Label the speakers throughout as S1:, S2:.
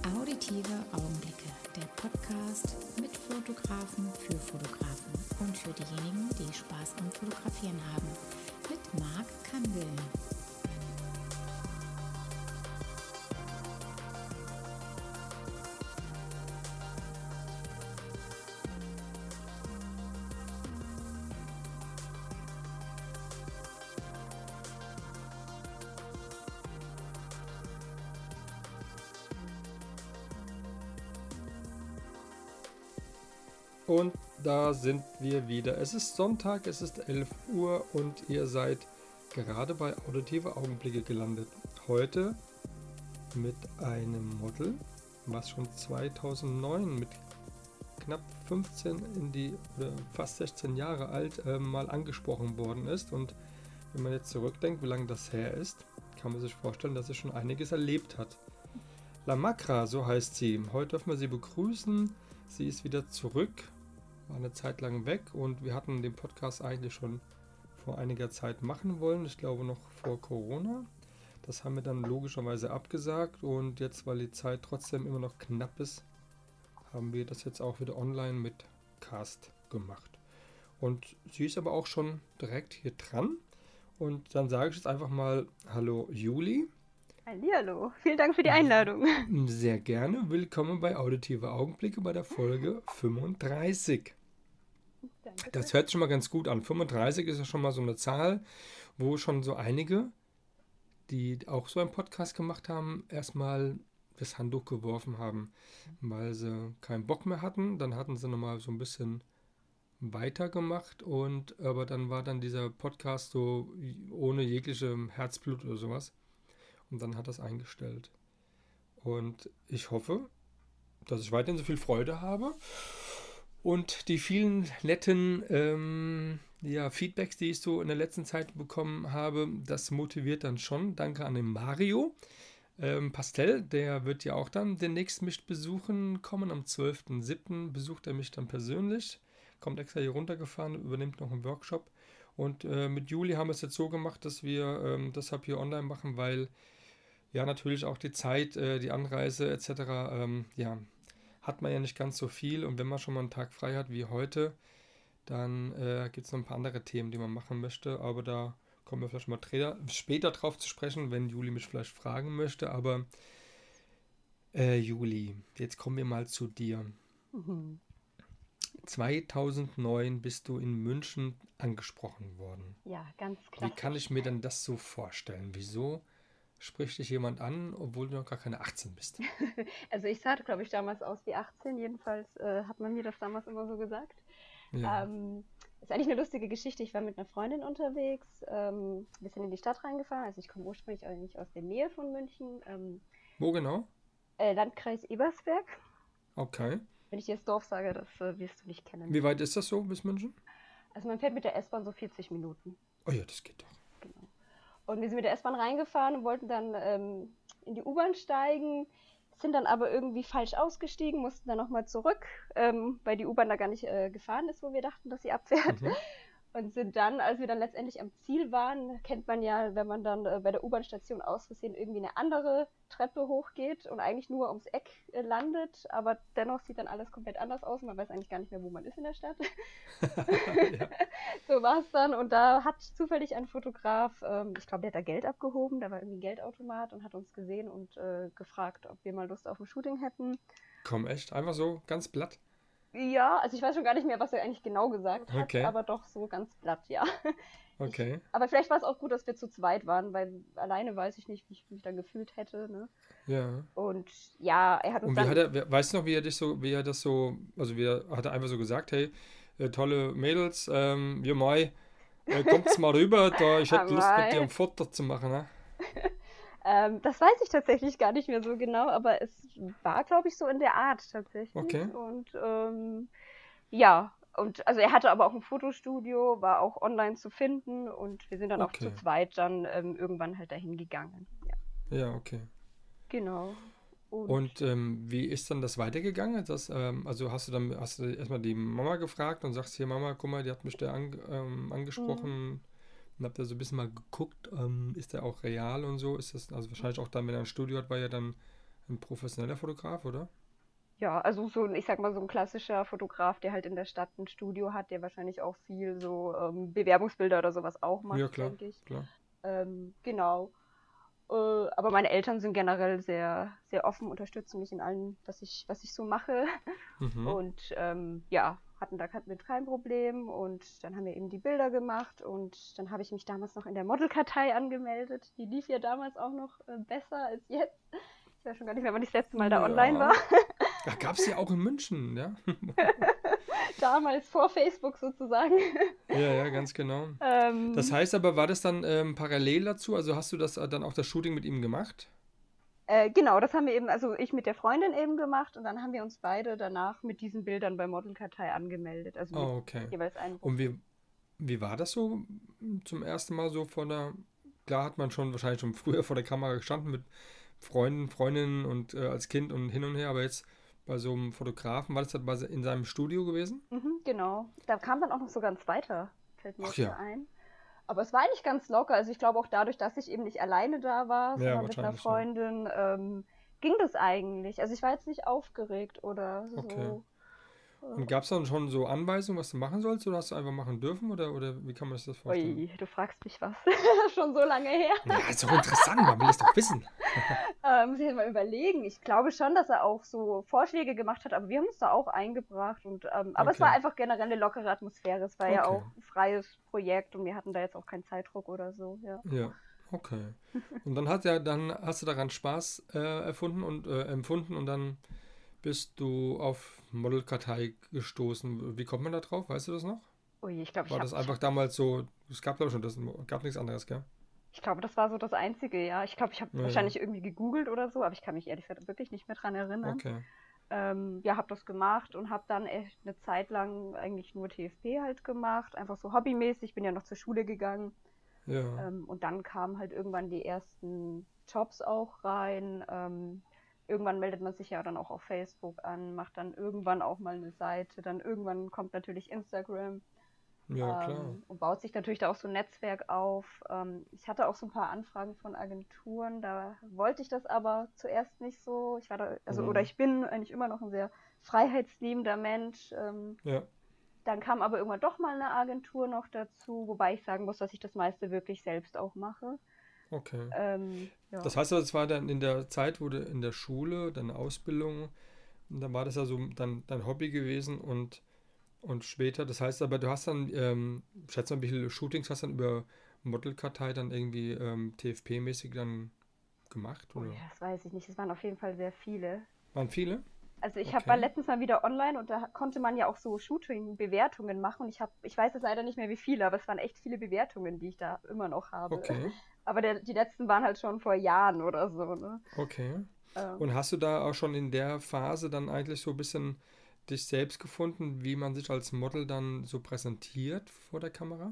S1: Auditive Augenblicke, der Podcast mit Fotografen für Fotografen und für diejenigen, die Spaß am Fotografieren haben, mit Marc Kandel.
S2: Und da sind wir wieder. Es ist Sonntag, es ist 11 Uhr und ihr seid gerade bei Auditive Augenblicke gelandet. Heute mit einem Model, was schon 2009 mit knapp 15 oder fast 16 Jahre alt mal angesprochen worden ist. Und wenn man jetzt zurückdenkt, wie lange das her ist, kann man sich vorstellen, dass sie schon einiges erlebt hat. La Macra, so heißt sie. Heute dürfen wir sie begrüßen. Sie ist wieder zurück. War eine Zeit lang weg und wir hatten den Podcast eigentlich schon vor einiger Zeit machen wollen. Ich glaube noch vor Corona. Das haben wir dann logischerweise abgesagt und jetzt, weil die Zeit trotzdem immer noch knapp ist, haben wir das jetzt auch wieder online mit Cast gemacht. Und sie ist aber auch schon direkt hier dran. Und dann sage ich jetzt einfach mal Hallo Juli.
S3: Hallihallo, vielen Dank für die Einladung.
S2: Sehr gerne. Willkommen bei Auditive Augenblicke bei der Folge 35.
S3: Danke.
S2: Das hört sich schon mal ganz gut an. 35 ist ja schon mal so eine Zahl, wo schon so einige, die auch so einen Podcast gemacht haben, erstmal das Handtuch geworfen haben, weil sie keinen Bock mehr hatten. Dann hatten sie nochmal so ein bisschen weitergemacht aber dann war dann dieser Podcast so ohne jegliche Herzblut oder sowas. Und dann hat das eingestellt. Und ich hoffe, dass ich weiterhin so viel Freude habe. Und die vielen netten Feedbacks, die ich so in der letzten Zeit bekommen habe, das motiviert dann schon. Danke an den Mario Pastel, der wird ja auch dann demnächst mich besuchen kommen. Am 12.07. besucht er mich dann persönlich. Kommt extra hier runtergefahren, übernimmt noch einen Workshop. Und mit Juli haben wir es jetzt so gemacht, dass wir deshalb hier online machen, weil ja natürlich auch die Zeit, die Anreise etc., hat man ja nicht ganz so viel. Und wenn man schon mal einen Tag frei hat wie heute, dann gibt es noch ein paar andere Themen, die man machen möchte. Aber da kommen wir vielleicht mal später drauf zu sprechen, wenn Juli mich vielleicht fragen möchte. Aber Juli, jetzt kommen wir mal zu dir. 2009 bist du in München angesprochen worden.
S3: Ja, ganz
S2: Wie
S3: klassisch.
S2: kann ich mir denn das so vorstellen? Wieso spricht dich jemand an, obwohl du noch gar keine 18 bist?
S3: Also ich sah, glaube ich, damals aus wie 18, jedenfalls hat man mir das damals immer so gesagt.
S2: Ja.
S3: Ist eigentlich eine lustige Geschichte. Ich war mit einer Freundin unterwegs, ein bisschen in die Stadt reingefahren. Also ich komme ursprünglich eigentlich aus der Nähe von München.
S2: Wo genau?
S3: Landkreis Ebersberg.
S2: Okay.
S3: Wenn ich dir das Dorf sage, das wirst du nicht kennen.
S2: Wie weit ist das so bis München?
S3: Also man fährt mit der S-Bahn so 40 Minuten.
S2: Oh ja, das geht doch.
S3: Genau. Und wir sind mit der S-Bahn reingefahren und wollten dann in die U-Bahn steigen, sind dann aber irgendwie falsch ausgestiegen, mussten dann nochmal zurück, weil die U-Bahn da gar nicht gefahren ist, wo wir dachten, dass sie abfährt. Und sind dann, als wir dann letztendlich am Ziel waren, kennt man ja, wenn man dann bei der U-Bahn-Station aus Versehen irgendwie eine andere Treppe hochgeht und eigentlich nur ums Eck landet, aber dennoch sieht dann alles komplett anders aus. Man weiß eigentlich gar nicht mehr, wo man ist in der Stadt.
S2: Ja.
S3: So war es dann. Und da hat zufällig ein Fotograf, ich glaube, der hat da Geld abgehoben, da war irgendwie ein Geldautomat und hat uns gesehen und gefragt, ob wir mal Lust auf ein Shooting hätten.
S2: Komm, echt? Einfach so ganz platt?
S3: Ja, also ich weiß schon gar nicht mehr, was er eigentlich genau gesagt hat,
S2: Okay.
S3: aber doch so ganz platt, ja.
S2: Okay.
S3: Aber vielleicht war es auch gut, dass wir zu zweit waren, weil alleine weiß ich nicht, wie ich mich dann gefühlt hätte, ne?
S2: Ja.
S3: Und ja, er hat uns
S2: Und
S3: dann...
S2: weißt du noch, hat er einfach so gesagt, hey, tolle Mädels, ihr Mai, kommt's mal rüber, ich hätte Lust mit dir ein Foto zu machen, ne?
S3: Das weiß ich tatsächlich gar nicht mehr so genau, aber es war, glaube ich, so in der Art tatsächlich.
S2: Okay.
S3: Und ja, und also er hatte aber auch ein Fotostudio, war auch online zu finden und wir sind dann auch
S2: Okay.
S3: zu zweit dann irgendwann halt dahin gegangen. Ja,
S2: Ja, okay.
S3: genau.
S2: Und wie ist dann das weitergegangen? Also hast du erstmal die Mama gefragt und sagst, hier Mama, guck mal, die hat mich da angesprochen. Und habt ihr so ein bisschen mal geguckt, ist der auch real und so? Ist das, also wahrscheinlich auch dann, wenn er ein Studio hat, war ja dann ein professioneller Fotograf, oder?
S3: Ja, also so, ich sag mal, so ein klassischer Fotograf, der halt in der Stadt ein Studio hat, der wahrscheinlich auch viel so Bewerbungsbilder oder sowas auch
S2: Ja,
S3: macht,
S2: klar,
S3: denke ich.
S2: klar.
S3: Genau. Aber meine Eltern sind generell sehr, sehr offen, unterstützen mich in allem, was ich so mache.
S2: Mhm.
S3: Und ja, hatten damit kein Problem. Und dann haben wir eben die Bilder gemacht. Und dann habe ich mich damals noch in der Modelkartei angemeldet. Die lief ja damals auch noch besser als jetzt. Ich weiß schon gar nicht mehr, wann ich das letzte Mal da online war.
S2: Ja. Ach, gab es ja auch in München, ja?
S3: Damals vor Facebook sozusagen.
S2: Ja, ja, ganz genau. Das
S3: ähm,
S2: heißt aber, war das dann parallel dazu? Also hast du das dann auch das Shooting mit ihm gemacht?
S3: genau, das haben wir eben, also ich mit der Freundin eben gemacht und dann haben wir uns beide danach mit diesen Bildern bei Modelkartei angemeldet. Also mit
S2: Oh, okay.
S3: jeweils einem
S2: Und
S3: Profil.
S2: wie war das so zum ersten Mal so klar hat man schon wahrscheinlich schon früher vor der Kamera gestanden mit Freunden, Freundinnen und als Kind und hin und her, aber jetzt bei so einem Fotografen, war das dann in seinem Studio gewesen?
S3: Genau. Da kam dann auch noch sogar ein zweiter, fällt mir
S2: Ach
S3: jetzt so
S2: ja,
S3: ein. Aber es war eigentlich ganz locker. Also ich glaube auch dadurch, dass ich eben nicht alleine da war,
S2: ja,
S3: sondern mit einer
S2: wahrscheinlich, ja.
S3: Freundin, ging das eigentlich. Also ich war jetzt nicht aufgeregt oder
S2: Okay.
S3: so.
S2: Und gab es dann schon so Anweisungen, was du machen sollst, oder hast du einfach machen dürfen, oder wie kann man sich das vorstellen?
S3: Ui, du fragst mich was. Schon so lange her.
S2: Ja, ist doch interessant, man will es doch wissen.
S3: Muss ich jetzt mal überlegen. Ich glaube schon, dass er auch so Vorschläge gemacht hat, aber wir haben uns da auch eingebracht. Aber es war
S2: Okay,
S3: einfach generell eine lockere Atmosphäre. Es war ja
S2: okay,
S3: auch ein freies Projekt und wir hatten da jetzt auch keinen Zeitdruck oder so. Ja.
S2: ja, okay. Und dann hast du daran Spaß erfunden und empfunden und dann bist du auf Modelkartei gestoßen. Wie kommt man da drauf? Weißt du das noch?
S3: Ui, ich glaube,
S2: War das einfach damals so, es gab glaube ich schon, das gab nichts anderes, gell?
S3: ich glaube, das war so das Einzige, ja. Ich glaube, ich habe
S2: Ja, ja,
S3: wahrscheinlich irgendwie gegoogelt oder so, aber ich kann mich ehrlich gesagt wirklich nicht mehr dran erinnern.
S2: okay.
S3: Ja, habe das gemacht und habe dann echt eine Zeit lang eigentlich nur TFP halt gemacht, einfach so hobbymäßig. Ich bin ja noch zur Schule gegangen.
S2: Ja,
S3: Und dann kamen halt irgendwann die ersten Jobs auch rein. Irgendwann meldet man sich ja dann auch auf Facebook an, macht dann irgendwann auch mal eine Seite. Dann irgendwann kommt natürlich Instagram
S2: ja, klar.
S3: und baut sich natürlich da auch so ein Netzwerk auf. Ich hatte auch so ein paar Anfragen von Agenturen, da wollte ich das aber zuerst nicht so. Ich war da, also oder
S2: Mhm.
S3: ich bin eigentlich immer noch ein sehr freiheitsliebender Mensch.
S2: Ja,
S3: Dann kam aber irgendwann doch mal eine Agentur noch dazu, wobei ich sagen muss, dass ich das meiste wirklich selbst auch mache.
S2: okay.
S3: Ja.
S2: Das heißt also, es war dann in der Zeit, wo du in der Schule, deine Ausbildung, und dann war das ja so dann dein Hobby gewesen und später, das heißt aber, du hast dann, schätze mal, wie viele Shootings hast du dann über Modelkartei dann irgendwie TFP-mäßig dann gemacht,
S3: Ui,
S2: oder?
S3: das weiß ich nicht. Es waren auf jeden Fall sehr viele.
S2: Waren viele?
S3: Also war
S2: Okay,
S3: letztens mal wieder online und da konnte man ja auch so Shooting-Bewertungen machen. Und ich weiß jetzt leider nicht mehr wie viele, aber es waren echt viele Bewertungen, die ich da immer noch habe.
S2: okay,
S3: Aber die letzten waren halt schon vor Jahren oder so, ne?
S2: okay.
S3: Ähm,
S2: Und hast du da auch schon in der Phase dann eigentlich so ein bisschen dich selbst gefunden, wie man sich als Model dann so präsentiert vor der Kamera?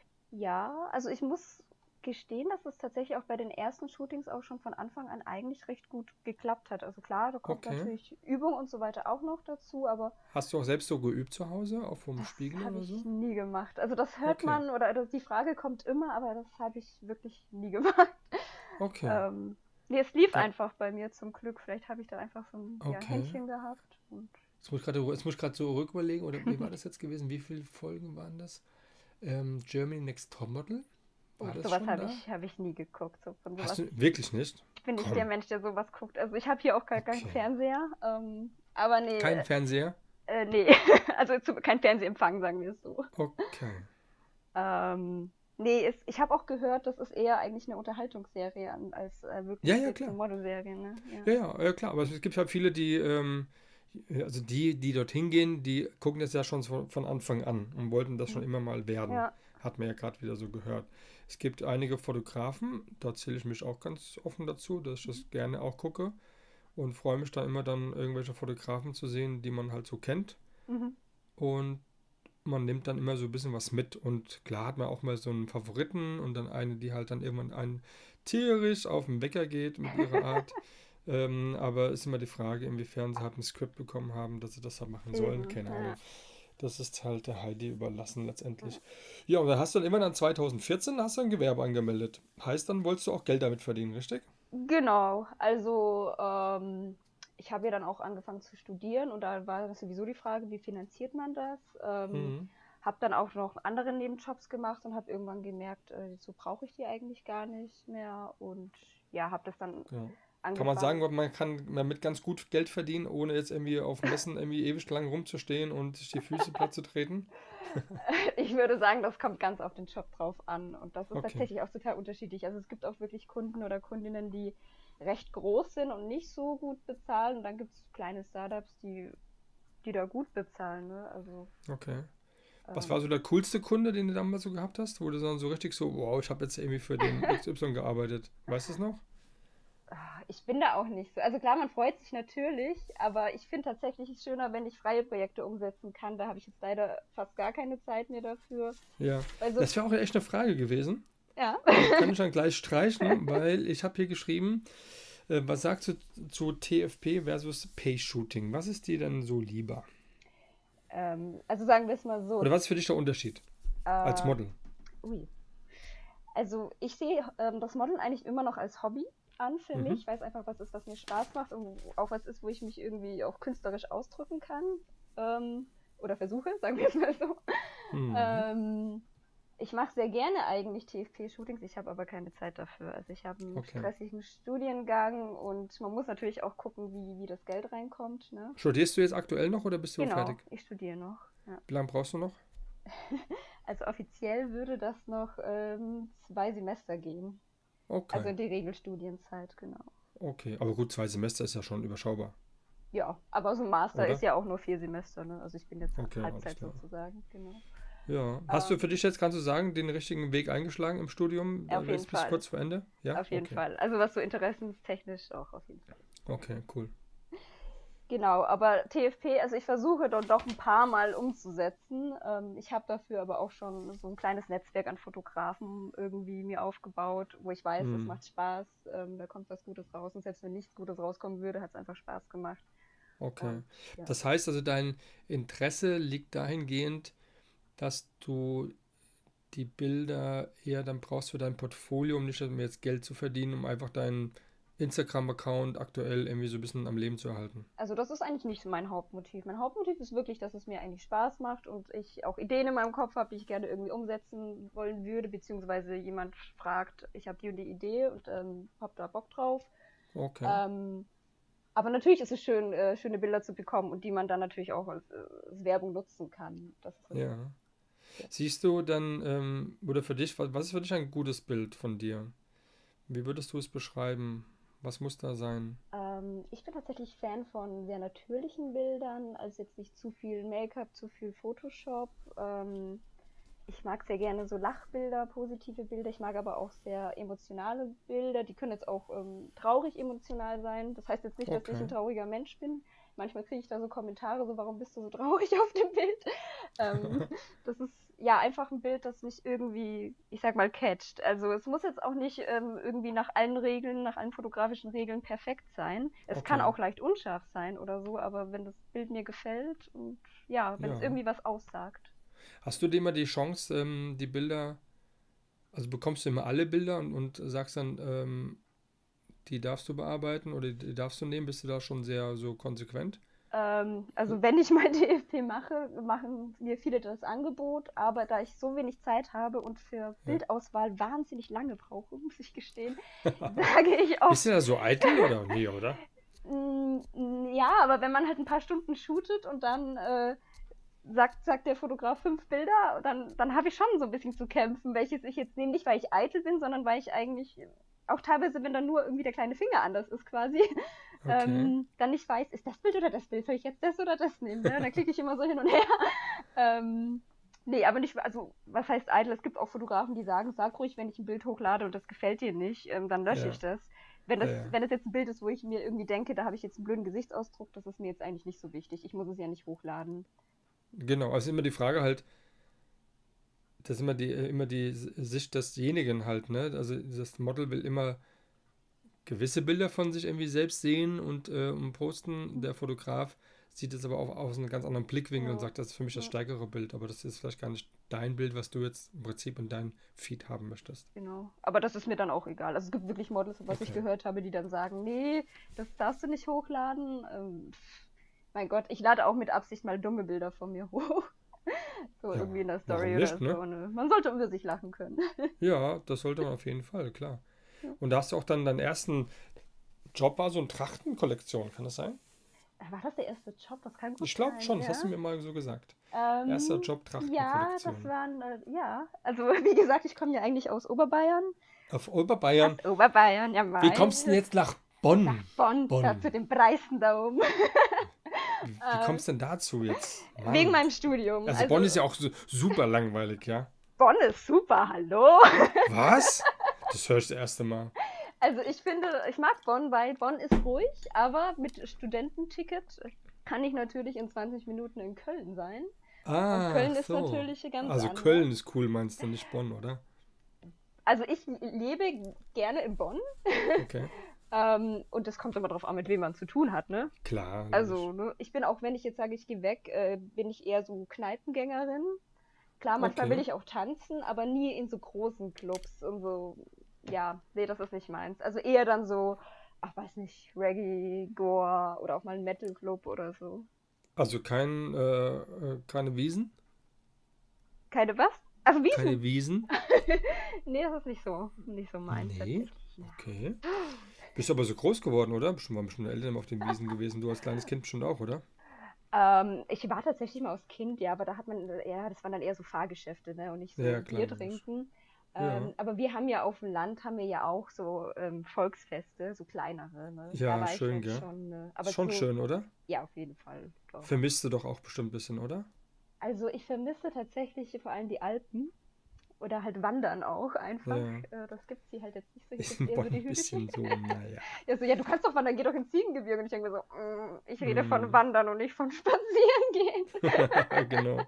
S3: Ja, also ich muss gestehen, dass es tatsächlich auch bei den ersten Shootings auch schon von Anfang an eigentlich recht gut geklappt hat. Also klar, da kommt
S2: Okay.
S3: natürlich Übung und so weiter auch noch dazu, aber
S2: Hast du auch selbst so geübt zu Hause, auch vom
S3: das
S2: Spiegel
S3: habe
S2: oder
S3: ich
S2: so?
S3: nie gemacht. Also das hört
S2: Okay,
S3: man oder die Frage kommt immer, aber das habe ich wirklich nie gemacht.
S2: okay,
S3: Ähm, nee, es lief
S2: ja,
S3: einfach bei mir zum Glück. Vielleicht habe ich da einfach so ein ja,
S2: okay.
S3: Händchen gehabt. Und
S2: Jetzt muss ich gerade so rücküberlegen, oder wie war das jetzt gewesen? Wie viele Folgen waren das? Germany Next Topmodel?
S3: oh,
S2: War das
S3: sowas
S2: schon da?
S3: habe ich nie geguckt. So, von
S2: Hast
S3: sowas
S2: du wirklich nicht?
S3: bin ich der
S2: Komm,
S3: Mensch, der sowas guckt. Also ich habe hier auch gar keinen
S2: okay.
S3: Fernseher. Aber nee,
S2: Kein Fernseher?
S3: nee. Also kein Fernsehempfang, sagen wir es so.
S2: Okay.
S3: Nee, ich habe auch gehört, das ist eher eigentlich eine Unterhaltungsserie als
S2: Ja,
S3: wirklich
S2: ja,
S3: jetzt eine
S2: klar.
S3: Modelserie, ne? Ja.
S2: Ja, ja, klar. Aber es gibt halt viele, also die dorthin gehen, die gucken das ja schon von Anfang an und wollten das schon
S3: Mhm.
S2: immer mal werden.
S3: Ja.
S2: Hat man ja gerade wieder so gehört. Es gibt einige Fotografen, da zähle ich mich auch ganz offen dazu, dass ich das gerne auch gucke und freue mich da immer dann irgendwelche Fotografen zu sehen, die man halt so kennt.
S3: Mhm.
S2: Und man nimmt dann immer so ein bisschen was mit. Und klar hat man auch mal so einen Favoriten und dann eine, die halt dann irgendwann einen tierisch auf den Wecker geht mit ihrer Art. Aber ist immer die Frage, inwiefern sie halt ein Skript bekommen haben, dass sie das halt machen sollen.
S3: Eben,
S2: Keine Ahnung.
S3: ja.
S2: Das ist halt der Heidi überlassen letztendlich. Ja, und dann hast du dann immer dann 2014 hast du ein Gewerbe angemeldet. Heißt, dann wolltest du auch Geld damit verdienen, richtig?
S3: Genau, also ich habe ja dann auch angefangen zu studieren und da war das sowieso die Frage, wie finanziert man das?
S2: Mhm.
S3: Habe dann auch noch andere Nebenjobs gemacht und habe irgendwann gemerkt, so brauche ich die eigentlich gar nicht mehr und ja, habe das dann
S2: Ja. Kann man
S3: angefangen.
S2: sagen, man kann damit ganz gut Geld verdienen, ohne jetzt irgendwie auf Messen irgendwie ewig lang rumzustehen und sich die Füße platt zu treten?
S3: Ich würde sagen, das kommt ganz auf den Job drauf an und das ist
S2: Okay.
S3: tatsächlich auch total unterschiedlich. Also es gibt auch wirklich Kunden oder Kundinnen, die recht groß sind und nicht so gut bezahlen und dann gibt es kleine Startups, die da gut bezahlen, ne? Also
S2: Okay. Was war
S3: ähm,
S2: so der coolste Kunde, den du damals so gehabt hast? Wo du dann so richtig so, wow, ich habe jetzt irgendwie für den XY gearbeitet. Weißt du es noch?
S3: ich bin da auch nicht so. Also klar, man freut sich natürlich, aber ich finde tatsächlich es schöner, wenn ich freie Projekte umsetzen kann. Da habe ich jetzt leider fast gar keine Zeit mehr dafür.
S2: Ja.
S3: Weil so,
S2: Das wäre auch echt eine Frage gewesen.
S3: ja.
S2: Die kann ich dann gleich streichen, weil ich habe hier geschrieben, was sagst du zu TFP versus Pay-Shooting? Was ist dir denn so lieber?
S3: Also sagen wir es mal so.
S2: Oder was ist für dich der Unterschied als
S3: Äh,
S2: Model?
S3: ui. Also ich sehe das Modeln eigentlich immer noch als Hobby an für
S2: Mhm.
S3: mich, weil es einfach was ist, was mir Spaß macht und auch was ist, wo ich mich irgendwie auch künstlerisch ausdrücken kann. Oder versuche, sagen wir es mal so.
S2: Mhm.
S3: Ähm, Ich mache sehr gerne eigentlich TFP-Shootings, ich habe aber keine Zeit dafür. Also ich habe einen
S2: Okay.
S3: stressigen Studiengang und man muss natürlich auch gucken, wie das Geld reinkommt. Ne?
S2: Studierst du jetzt aktuell noch oder bist du
S3: Genau,
S2: fertig?
S3: ich studiere noch. Ja.
S2: Wie lange brauchst du noch?
S3: Also offiziell würde das noch 2 Semester gehen. Also
S2: Okay.
S3: in die Regelstudienzeit, genau.
S2: Okay. Aber gut, 2 Semester ist ja schon überschaubar,
S3: Ja, aber so ein Master ist
S2: oder?
S3: ja auch nur 4 Semester, ne? Also ich bin jetzt
S2: Okay, alles
S3: Halbzeit
S2: klar.
S3: sozusagen, genau.
S2: Ja. Hast du für
S3: Ähm,
S2: dich jetzt, kannst du sagen, den richtigen Weg eingeschlagen im Studium?
S3: auf jeden
S2: Jetzt bis
S3: Fall.
S2: kurz vor Ende? Ja?
S3: Auf jeden
S2: Okay.
S3: Fall. Also was so interessenstechnisch auch auf jeden Fall.
S2: Okay, cool.
S3: Genau, aber TFP, also ich versuche dort doch ein paar Mal umzusetzen. Ich habe dafür aber auch schon so ein kleines Netzwerk an Fotografen irgendwie mir aufgebaut, wo ich weiß, es
S2: Hm.
S3: macht Spaß, da kommt was Gutes raus. Und selbst wenn nichts Gutes rauskommen würde, hat es einfach Spaß gemacht.
S2: Okay.
S3: Und ja.
S2: Das heißt also, dein Interesse liegt dahingehend, dass du die Bilder eher dann brauchst für dein Portfolio, um nicht um jetzt Geld zu verdienen, um einfach deinen Instagram-Account aktuell irgendwie so ein bisschen am Leben zu erhalten.
S3: Also das ist eigentlich nicht so mein Hauptmotiv. Mein Hauptmotiv ist wirklich, dass es mir eigentlich Spaß macht und ich auch Ideen in meinem Kopf habe, die ich gerne irgendwie umsetzen wollen würde, beziehungsweise jemand fragt, ich habe die und die Idee und habe da Bock drauf.
S2: Okay.
S3: Ähm, aber natürlich ist es schön, schöne Bilder zu bekommen und die man dann natürlich auch als Werbung nutzen kann. Das ist so,
S2: Ja.
S3: ja.
S2: Siehst du dann, oder für dich, was ist für dich ein gutes Bild von dir? Wie würdest du es beschreiben? Was muss da sein?
S3: Ich bin tatsächlich Fan von sehr natürlichen Bildern, also jetzt nicht zu viel Make-up, zu viel Photoshop. Ich mag sehr gerne so Lachbilder, positive Bilder. Ich mag aber auch sehr emotionale Bilder. Die können jetzt auch traurig emotional sein. Das heißt jetzt nicht, dass ich
S2: Okay.
S3: ein trauriger Mensch bin. Manchmal kriege ich da so Kommentare, so warum bist du so traurig auf dem Bild? Ähm, Das ist ja einfach ein Bild, das mich irgendwie, ich sag mal, catcht. Also es muss jetzt auch nicht irgendwie nach allen Regeln, nach allen fotografischen Regeln perfekt sein. Es kann
S2: Okay.
S3: auch leicht unscharf sein oder so, aber wenn das Bild mir gefällt und ja, wenn es
S2: Ja.
S3: irgendwie was aussagt.
S2: Hast du dir immer die Chance, die Bilder, also bekommst du immer alle Bilder und sagst dann, die darfst du bearbeiten oder die darfst du nehmen? Bist du da schon sehr so konsequent?
S3: Also wenn ich mein DFP mache, machen mir viele das Angebot, aber da ich so wenig Zeit habe und für
S2: Ja.
S3: Bildauswahl wahnsinnig lange brauche, muss ich gestehen, sage ich
S2: Bist
S3: oft,
S2: du da so eitel oder? Nee, oder?
S3: Ja, aber wenn man halt ein paar Stunden shootet und dann sagt der Fotograf 5 Bilder, dann habe ich schon so ein bisschen zu kämpfen, welches ich jetzt nehme, nicht weil ich eitel bin, sondern weil ich eigentlich auch teilweise, wenn dann nur irgendwie der kleine Finger anders ist quasi,
S2: Okay.
S3: dann nicht weiß, ist das Bild oder das Bild, soll ich jetzt das oder das nehmen? Ne? Dann klicke ich immer so hin und her. Ähm, Nee, aber nicht, also was heißt eitel? Es gibt auch Fotografen, die sagen, sag ruhig, wenn ich ein Bild hochlade und das gefällt dir nicht, dann lösche ich
S2: Ja,
S3: das. Wenn
S2: ja,
S3: das,
S2: ja.
S3: wenn es jetzt ein Bild ist, wo ich mir irgendwie denke, da habe ich jetzt einen blöden Gesichtsausdruck, das ist mir jetzt eigentlich nicht so wichtig. Ich muss es ja nicht hochladen.
S2: Genau, also immer die Frage halt, das ist immer die Sicht desjenigen halt, ne? Also das Model will immer gewisse Bilder von sich irgendwie selbst sehen und posten. Der Fotograf sieht es aber auch aus einem ganz anderen Blickwinkel und
S3: Ja.
S2: sagt, das ist für mich das
S3: Ja.
S2: stärkere Bild, aber das ist vielleicht gar nicht dein Bild, was du jetzt im Prinzip in deinem Feed haben möchtest.
S3: Genau. Aber das ist mir dann auch egal. Also es gibt wirklich Models, was ich
S2: Okay.
S3: gehört habe, die dann sagen, nee, das darfst du nicht hochladen. Mein Gott, ich lade auch mit Absicht mal dumme Bilder von mir hoch. So
S2: Ja,
S3: irgendwie in der
S2: warum
S3: Story
S2: nicht,
S3: oder
S2: ne?
S3: so. Ne? Man sollte über sich lachen können.
S2: Ja, das sollte man auf jeden Fall, klar.
S3: Ja.
S2: Und da hast du auch dann deinen ersten Job, war so eine Trachtenkollektion, kann das sein?
S3: War das der erste Job? Das kann gut
S2: Ich glaube
S3: sein,
S2: schon, das
S3: ja.
S2: hast du mir mal so gesagt. Erster Job,
S3: Ja, das
S2: Trachtenkollektion.
S3: waren, ja. Also wie gesagt, ich komme ja eigentlich aus Oberbayern.
S2: Auf Oberbayern.
S3: Aus Oberbayern, ja
S2: Wie kommst du denn jetzt nach Bonn?
S3: Nach Bonn, da zu den Preisen da oben.
S2: Wie kommst du denn dazu jetzt? Mann.
S3: Wegen meinem Studium.
S2: Also Bonn ist ja auch so super langweilig, ja?
S3: Bonn ist super, hallo.
S2: Was? Das höre ich das erste Mal.
S3: Also ich finde, ich mag Bonn, weil Bonn ist ruhig, aber mit Studententicket kann ich natürlich in 20 Minuten in Köln sein.
S2: Ah,
S3: Und Köln ist
S2: so.
S3: natürlich ganz
S2: Also
S3: anders.
S2: Köln ist cool, meinst du, nicht Bonn, oder?
S3: Also ich lebe gerne in Bonn.
S2: Okay.
S3: Und das kommt immer drauf an, mit wem man zu tun hat, ne?
S2: Klar.
S3: Also, ne, ich bin auch, wenn ich jetzt sage, ich gehe weg, bin ich eher so Kneipengängerin. Klar, manchmal
S2: Okay.
S3: will ich auch tanzen, aber nie in so großen Clubs und so. Ja, nee, das ist nicht meins. Also eher dann so, ach, weiß nicht, Reggae, Gore oder auch mal ein Metal-Club oder so.
S2: Also keine Wiesen?
S3: Keine was? Also Wiesen?
S2: Keine Wiesen?
S3: Nee, das ist nicht so meins
S2: Nee.
S3: tatsächlich.
S2: Okay. Bist aber so groß geworden, oder? Waren bestimmt Eltern auf den Wiesen gewesen. Du als kleines Kind bestimmt auch, oder?
S3: Ich war tatsächlich mal als Kind, ja, aber da hat man, ja, das waren dann eher so Fahrgeschäfte, ne, und nicht so
S2: Ja, klar,
S3: Bier
S2: logisch.
S3: trinken.
S2: Ja.
S3: Aber wir haben ja auf dem Land, haben wir ja auch so Volksfeste, so kleinere, ne? Da
S2: Ja,
S3: war ich
S2: schön,
S3: halt
S2: gell?
S3: schon, aber
S2: Ist schon
S3: so,
S2: schön, oder?
S3: ja, auf jeden Fall, doch.
S2: Vermisst du doch auch bestimmt ein bisschen, oder?
S3: Also ich vermisse tatsächlich vor allem die Alpen oder halt Wandern auch einfach.
S2: Ja.
S3: Das gibt's hier halt jetzt nicht so, hier
S2: Ist
S3: gibt's
S2: in
S3: eher
S2: Bonn
S3: so die
S2: ein bisschen so,
S3: Hügelchen.
S2: naja.
S3: Ja, so, ja, du kannst doch wandern, geh doch ins Ziegengebirge. Und ich denke mir so, ich rede von
S2: Hm.
S3: Wandern und nicht von Spazieren gehen.
S2: Genau.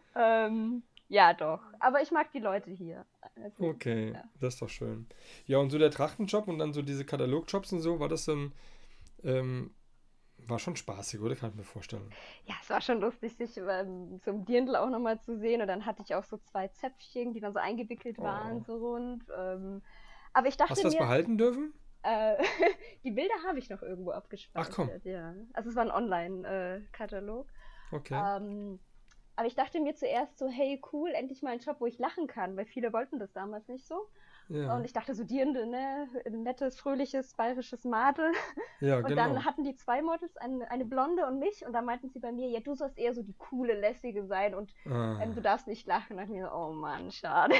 S3: Ja, doch. Aber ich mag die Leute hier. Also,
S2: Okay,
S3: ja.
S2: das ist doch schön. Ja, und so der Trachtenjob und dann so diese Katalogjobs und so, war das dann, war schon spaßig, oder? Kann ich mir vorstellen.
S3: Ja, es war schon lustig, sich zum Dirndl auch nochmal zu sehen. Und dann hatte ich auch so 2 Zäpfchen, die dann so eingewickelt waren,
S2: Oh.
S3: so rund. Aber ich
S2: Hast
S3: dachte
S2: du was
S3: mir,
S2: behalten dürfen?
S3: die Bilder habe ich noch irgendwo
S2: Ach komm,
S3: abgespeichert, ja. Also es war ein Online-Katalog.
S2: okay.
S3: Aber ich dachte mir zuerst so, hey, cool, endlich mal ein Job, wo ich lachen kann, weil viele wollten das damals nicht so.
S2: Ja,
S3: Und ich dachte so, Dirndl, ne, ein nettes, fröhliches, bayerisches Madel.
S2: ja,
S3: Und
S2: genau.
S3: dann hatten die 2 Models, eine Blonde und mich. Und dann meinten sie bei mir, ja, du sollst eher so die coole, lässige sein und du
S2: Ah,
S3: darfst nicht lachen. Und dann dachte ich mir so, oh Mann, schade.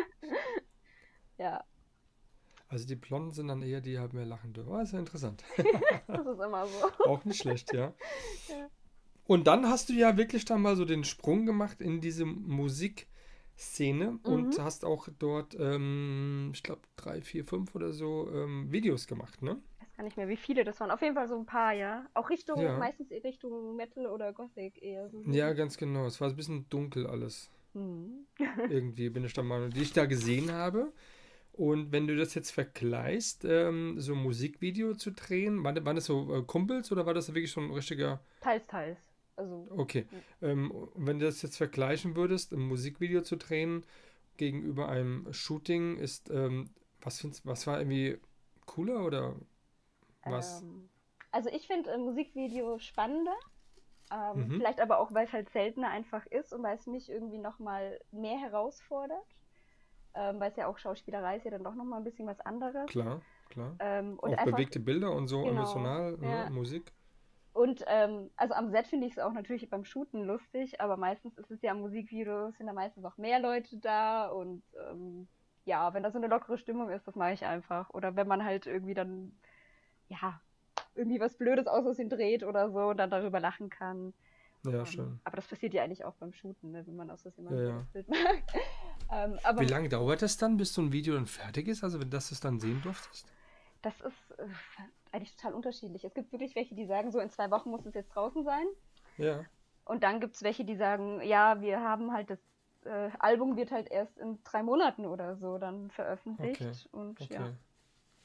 S3: Ja,
S2: also die Blonden sind dann eher die, die halt mehr lachen dürfen. Oh, ist ja interessant.
S3: das ist immer so.
S2: Auch nicht schlecht, ja.
S3: Ja.
S2: Und dann hast du ja wirklich dann mal so den Sprung gemacht in diese Musikszene und
S3: Mhm.
S2: hast auch dort, ich glaube, 3, 4, 5 oder so Videos gemacht, ne?
S3: Ich weiß gar nicht mehr, wie viele das waren. Auf jeden Fall so ein paar, ja. Auch
S2: Ja,
S3: meistens Richtung Metal oder Gothic eher so.
S2: ja, ganz genau. Es war ein bisschen dunkel alles.
S3: Mhm.
S2: Irgendwie bin ich der Meinung, die ich da gesehen habe. Und wenn du das jetzt vergleichst, so ein Musikvideo zu drehen, waren das so Kumpels oder war das wirklich so ein richtiger.
S3: Teils, teils. Also,
S2: Okay.
S3: ja.
S2: Wenn du das jetzt vergleichen würdest, ein Musikvideo zu drehen gegenüber einem Shooting, was war irgendwie cooler oder was?
S3: Also ich finde Musikvideo spannender.
S2: Mhm,
S3: Vielleicht aber auch, weil es halt seltener einfach ist und weil es mich irgendwie nochmal mehr herausfordert. Weil es ja auch Schauspielerei ist ja dann doch nochmal ein bisschen was anderes.
S2: klar, klar.
S3: Und
S2: Auch
S3: einfach,
S2: bewegte Bilder und so
S3: genau,
S2: emotional, ne,
S3: ja.
S2: Musik.
S3: Und also am Set finde ich es auch natürlich beim Shooten lustig, aber meistens ist es ja am Musikvideo, sind da meistens auch mehr Leute da und ja, wenn da so eine lockere Stimmung ist, das mache ich einfach. Oder wenn man halt irgendwie dann, ja, irgendwie was Blödes aus Versehen dreht oder so und dann darüber lachen kann.
S2: Ja, schön.
S3: Aber das passiert ja eigentlich auch beim Shooten, ne, wenn man aus Versehen mal
S2: Ja,
S3: ein
S2: ja.
S3: blödes Bild macht.
S2: Wie
S3: Aber
S2: lange dauert das dann, bis so ein Video dann fertig ist? Also wenn das du es dann sehen durftest?
S3: das ist eigentlich total unterschiedlich. Es gibt wirklich welche, die sagen, so in 2 Wochen muss es jetzt draußen sein.
S2: Ja,
S3: Und dann gibt es welche, die sagen, ja, wir haben halt das Album wird halt erst in 3 Monaten oder so dann
S2: okay,
S3: veröffentlicht. Und ja.
S2: okay.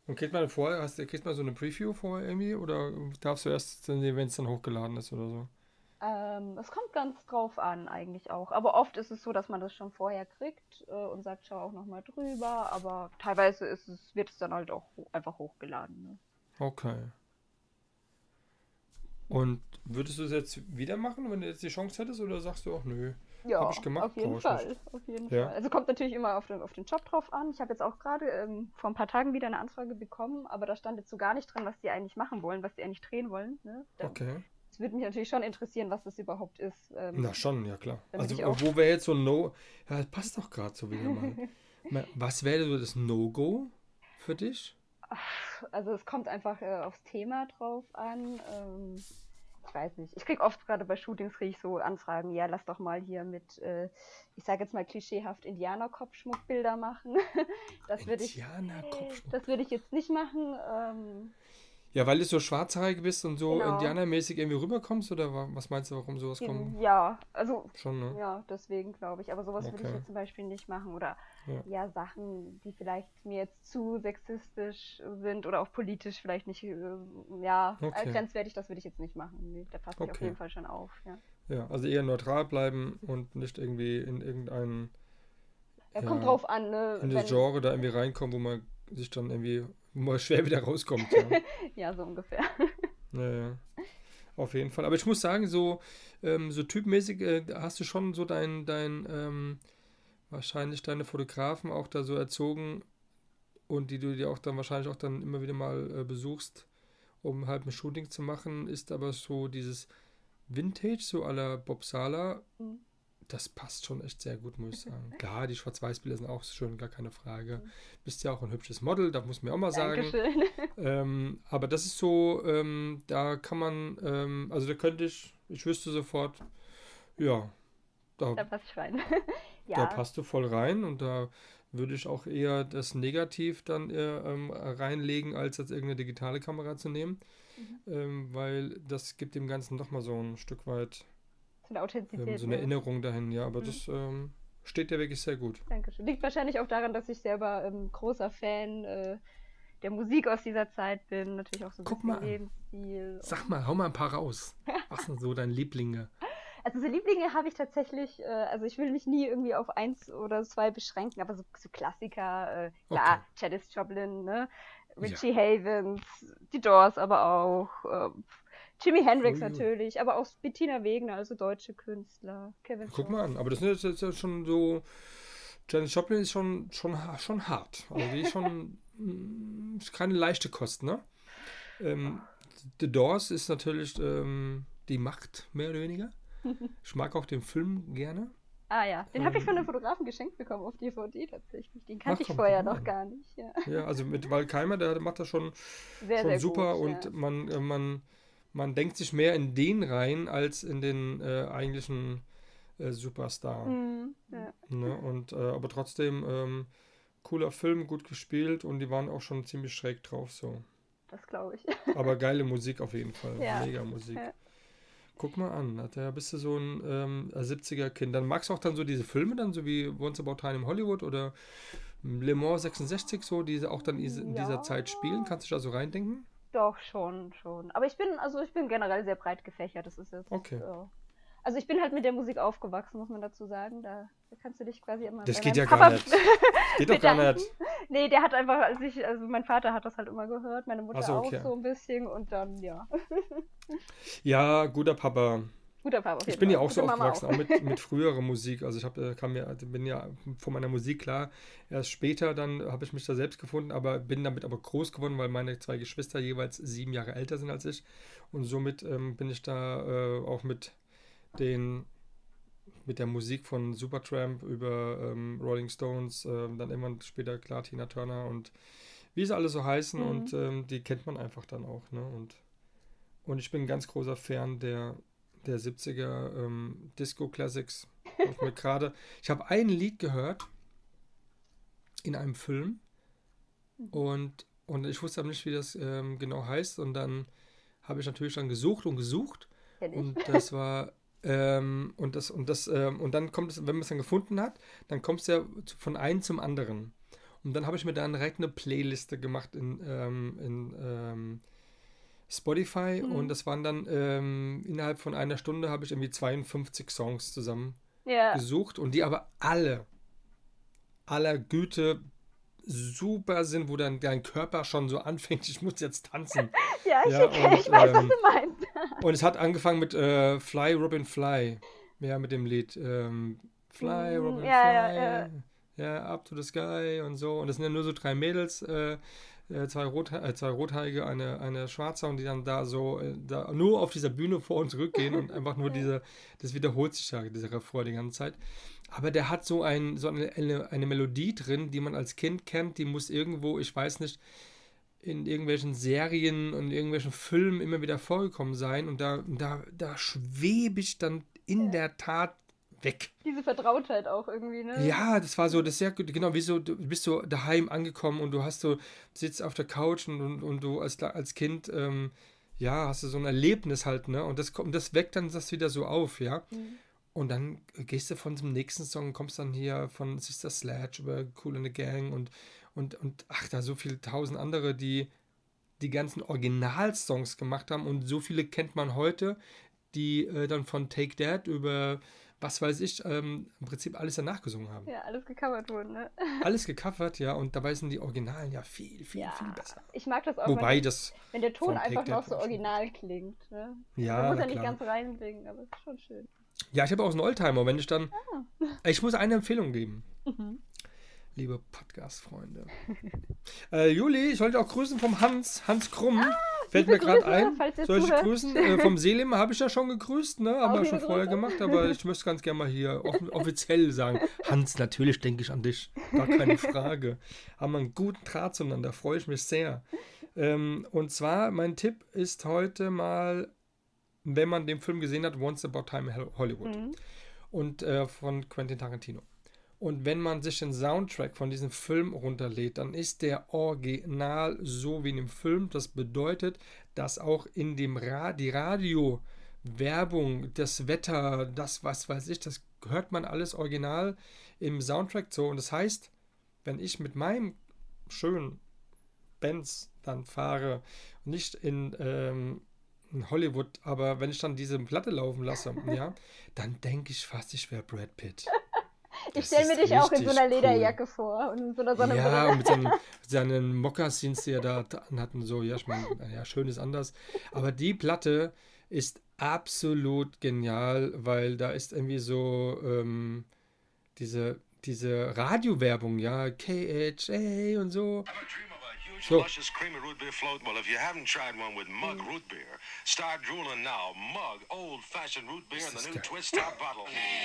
S2: Und kriegst man so eine Preview vorher irgendwie oder darfst du erst sehen, wenn es dann hochgeladen ist oder so?
S3: Es kommt ganz drauf an eigentlich auch. Aber oft ist es so, dass man das schon vorher kriegt und sagt, schau auch nochmal drüber. Aber teilweise wird es dann halt auch einfach hochgeladen. Ne?
S2: Okay. Und würdest du es jetzt wieder machen, wenn du jetzt die Chance hättest, oder sagst du auch, nö,
S3: Ja,
S2: habe ich gemacht,
S3: auf jeden
S2: brauche ich
S3: Fall.
S2: nicht?
S3: Auf jeden
S2: Ja,
S3: Fall. Also kommt natürlich immer auf den Job drauf an. Ich habe jetzt auch gerade vor ein paar Tagen wieder eine Anfrage bekommen, aber da stand jetzt so gar nicht drin, was die eigentlich machen wollen, was die eigentlich drehen wollen. Ne?
S2: okay.
S3: Es würde mich natürlich schon interessieren, was das überhaupt ist.
S2: Na schon, ja klar.
S3: Damit
S2: Also
S3: ich auch.
S2: wo wäre jetzt so ein No? Ja, das passt doch gerade so wieder mal. Was wäre so das No-Go für dich?
S3: Also es kommt einfach aufs Thema drauf an. Ich weiß nicht. Ich kriege oft gerade bei Shootings krieg ich so Anfragen, ja, lass doch mal hier mit, ich sage jetzt mal klischeehaft Indianer-Kopfschmuckbilder machen. Das würde ich,
S2: Indianer-Kopfschmuck.
S3: das würde ich jetzt nicht machen.
S2: Ja, weil du so schwarzhaarig bist und so
S3: Genau.
S2: indianermäßig irgendwie rüberkommst, oder was meinst du, warum sowas kommt?
S3: Ja, also
S2: Schon, ne?
S3: ja, deswegen glaube ich. Aber sowas würde ich
S2: Okay.
S3: jetzt zum Beispiel nicht machen. Oder
S2: Ja.
S3: ja, Sachen, die vielleicht mir jetzt zu sexistisch sind oder auch politisch vielleicht nicht,
S2: Okay.
S3: grenzwertig, das würde ich jetzt nicht machen. Nee, da passe ich auf
S2: Okay.
S3: jeden Fall schon auf. Ja.
S2: Ja, also eher neutral bleiben und nicht irgendwie in irgendein
S3: Kommt
S2: ja,
S3: drauf an, ne?
S2: in das Genre da irgendwie reinkommen, wo man sich dann irgendwie, wo man schwer wieder rauskommt. Ja,
S3: Ja, so ungefähr.
S2: ja. Auf jeden Fall. Aber ich muss sagen, so typmäßig hast du schon so wahrscheinlich deine Fotografen auch da so erzogen und die du dir auch dann wahrscheinlich auch dann immer wieder mal besuchst, um halt ein Shooting zu machen, ist aber so dieses Vintage, so à la Bob Sala,
S3: Mhm.
S2: das passt schon echt sehr gut, muss ich sagen. Klar, die Schwarz-Weiß-Bilder sind auch schön, gar keine Frage. Bist ja auch ein hübsches Model, das muss man auch mal sagen.
S3: Dankeschön.
S2: Aber das ist so, da kann man, also da könnte ich wüsste sofort, ja, da
S3: Da passe ich rein.
S2: da
S3: Ja,
S2: passt du voll rein und da würde ich auch eher das Negativ dann reinlegen, als jetzt irgendeine digitale Kamera zu nehmen, weil das gibt dem Ganzen nochmal so ein Stück weit
S3: von der Authentizität.
S2: so eine
S3: Ne?
S2: Erinnerung dahin. Ja, aber das steht ja wirklich sehr gut.
S3: Dankeschön. Liegt wahrscheinlich auch daran, dass ich selber großer Fan der Musik aus dieser Zeit bin. Natürlich auch so ein
S2: Guck
S3: bisschen
S2: mal an.
S3: Lebensstil.
S2: Sag mal, hau mal ein paar raus. Was sind so deine Lieblinge?
S3: Also so Lieblinge habe ich tatsächlich, also ich will mich nie irgendwie auf 1 oder 2 beschränken, aber so Klassiker, klar,
S2: Okay.
S3: Janis Joplin, ne?
S2: Ja.
S3: Richie Havens, die Doors aber auch, Jimi Hendrix
S2: Uiui.
S3: natürlich, aber auch Bettina Wegner, also deutsche Künstler, Kevin
S2: Guck
S3: Jones.
S2: mal an. Aber das ist jetzt schon so. Janis Joplin ist schon hart. Also die ist schon ist keine leichte Kost, ne? The Doors ist natürlich die Macht, mehr oder weniger. Ich mag auch den Film gerne.
S3: Ah ja, den habe ich von einem Fotografen geschenkt bekommen auf DVD tatsächlich. Den kannte
S2: Ach,
S3: ich
S2: komm,
S3: vorher
S2: guck mal
S3: noch
S2: an.
S3: gar nicht. Ja.
S2: Ja, also mit Waldkeimer, der macht das schon
S3: Sehr, sehr
S2: super
S3: gut.
S2: und man denkt sich mehr in den rein als in den eigentlichen Superstar.
S3: Ja.
S2: Ne? Und aber trotzdem cooler Film, gut gespielt und die waren auch schon ziemlich schräg drauf so.
S3: Das glaube ich.
S2: Aber geile Musik auf jeden Fall.
S3: Ja.
S2: Mega Musik.
S3: Ja.
S2: Guck mal an, da bist du so ein 70er-Kind. Dann magst du auch dann so diese Filme dann, so wie Once Upon a Time in Hollywood oder Le Mans 66, so, die auch dann in dieser Zeit spielen. Kannst du dich da so reindenken?
S3: Doch, schon. Aber ich bin generell sehr breit gefächert. Das ist jetzt.
S2: Okay.
S3: Also ich bin halt mit der Musik aufgewachsen, muss man dazu sagen. Da kannst du dich quasi immer.
S2: Das
S3: bei
S2: geht ja
S3: meinem
S2: gar
S3: Papa
S2: nicht. Geht doch gar
S3: bedanken.
S2: nicht.
S3: Nee, der hat einfach, also mein Vater hat das halt immer gehört, meine Mutter
S2: Ach so, okay.
S3: auch so ein bisschen und dann, ja.
S2: Ja, guter Papa.
S3: Guter Papa auf jeden
S2: Ich bin ja
S3: Fall.
S2: auch so
S3: Gute Mama
S2: aufgewachsen, auch mit früherer Musik. Also bin ja von meiner Musik klar. Erst später dann habe ich mich da selbst gefunden, aber bin damit aber groß geworden, weil meine 2 Geschwister jeweils 7 Jahre älter sind als ich. Und somit bin ich da auch mit der Musik von Supertramp über Rolling Stones, dann irgendwann später klar Tina Turner und wie sie alle so heißen und die kennt man einfach dann auch. Ne? Und ich bin ein ganz großer Fan der 70er Disco-Classics. Ich habe ein Lied gehört in einem Film und ich wusste aber nicht, wie das genau heißt und dann habe ich natürlich dann gesucht
S3: Kenn ich.
S2: und das war und dann kommt es, wenn man es dann gefunden hat, dann kommt es ja von einem zum anderen. Und Und dann habe ich mir dann direkt eine Playliste gemacht in Spotify und das waren dann innerhalb von einer Stunde habe ich irgendwie 52 Songs zusammen
S3: Ja.
S2: gesucht und die aber aller Güte super sind, wo dann dein Körper schon so anfängt, ich muss jetzt tanzen.
S3: Ja, ich
S2: Ja,
S3: weiß, was du meinst.
S2: Und es hat angefangen mit Fly, Robin, Fly. Ja, mit dem Lied Fly, Robin,
S3: Ja,
S2: Fly. Ja, Up to the Sky und so. Und das sind ja nur so 3 Mädels, zwei Rothaarige, eine Schwarze und die dann da so da nur auf dieser Bühne vor und zurück gehen und einfach nur das wiederholt sich ja, dieser Refrain die ganze Zeit. Aber der hat so eine Melodie drin, die man als Kind kennt, die muss irgendwo, ich weiß nicht, in irgendwelchen Serien und irgendwelchen Filmen immer wieder vorgekommen sein und da schwebe ich dann in der Tat weg.
S3: Diese Vertrautheit auch irgendwie, ne?
S2: Ja, das war so, das ist sehr gut, genau, wie so, du bist so daheim angekommen und du hast so, sitzt auf der Couch und du als Kind, ja, hast du so ein Erlebnis halt, ne? Und das weckt dann das wieder so auf, ja. Und dann gehst du von dem nächsten Song, kommst dann hier von Sister Sledge über Kool and the Gang und ach, da so viele tausend andere, die ganzen Originalsongs gemacht haben und so viele kennt man heute, die dann von Take That über was weiß ich, im Prinzip alles danach gesungen haben.
S3: Ja, alles gecovert wurde, ne?
S2: Alles gecovert, ja, und dabei sind die Originalen ja viel besser.
S3: Ich mag das auch,
S2: Wobei
S3: wenn der Ton
S2: von
S3: einfach
S2: Take
S3: noch
S2: That
S3: so
S2: war schon
S3: original klingt, ne?
S2: Ja,
S3: Man muss
S2: na
S3: ja nicht
S2: klar.
S3: ganz reinlegen, aber es ist schon schön.
S2: Ja, ich habe auch einen Oldtimer, wenn ich dann... Ich muss eine Empfehlung geben. Liebe Podcast-Freunde. Juli, ich wollte auch grüßen vom Hans Krumm. Fällt mir gerade ein. Soll ich grüßen? Vom Selim habe ich ja schon gegrüßt, ne? Haben wir schon vorher gemacht, aber ich möchte ganz gerne mal hier offiziell sagen. Hans, natürlich denke ich an dich. Gar keine Frage. Haben wir einen guten Draht zueinander, freue ich mich sehr. Und zwar, mein Tipp ist heute mal, wenn man den Film gesehen hat, Once Upon a Time in Hollywood. Und von Quentin Tarantino. Und wenn man sich den Soundtrack von diesem Film runterlädt, dann ist der original so wie in dem Film. Das bedeutet, dass auch in dem die Radio-Werbung, das Wetter, das was weiß ich, das hört man alles original im Soundtrack so. Und das heißt, wenn ich mit meinem schönen Benz dann fahre, nicht in Hollywood, aber wenn ich dann diese Platte laufen lasse, ja, dann denke ich fast, ich wäre Brad Pitt.
S3: Ich stelle mir dich auch in so einer Lederjacke vor und in so einer Sonnenbrille.
S2: Ja, und mit seinen Mokassins, die er da hatten, so, ja, ich meine, ja, schön ist anders. Aber die Platte ist absolut genial, weil da ist irgendwie so diese Radiowerbung, ja, KHA und so. So.
S4: Luscious creamy root beer float. Well, if you haven't tried one with Mug root beer, start drooling now. Mug old-fashioned root beer in the new twist top bottle.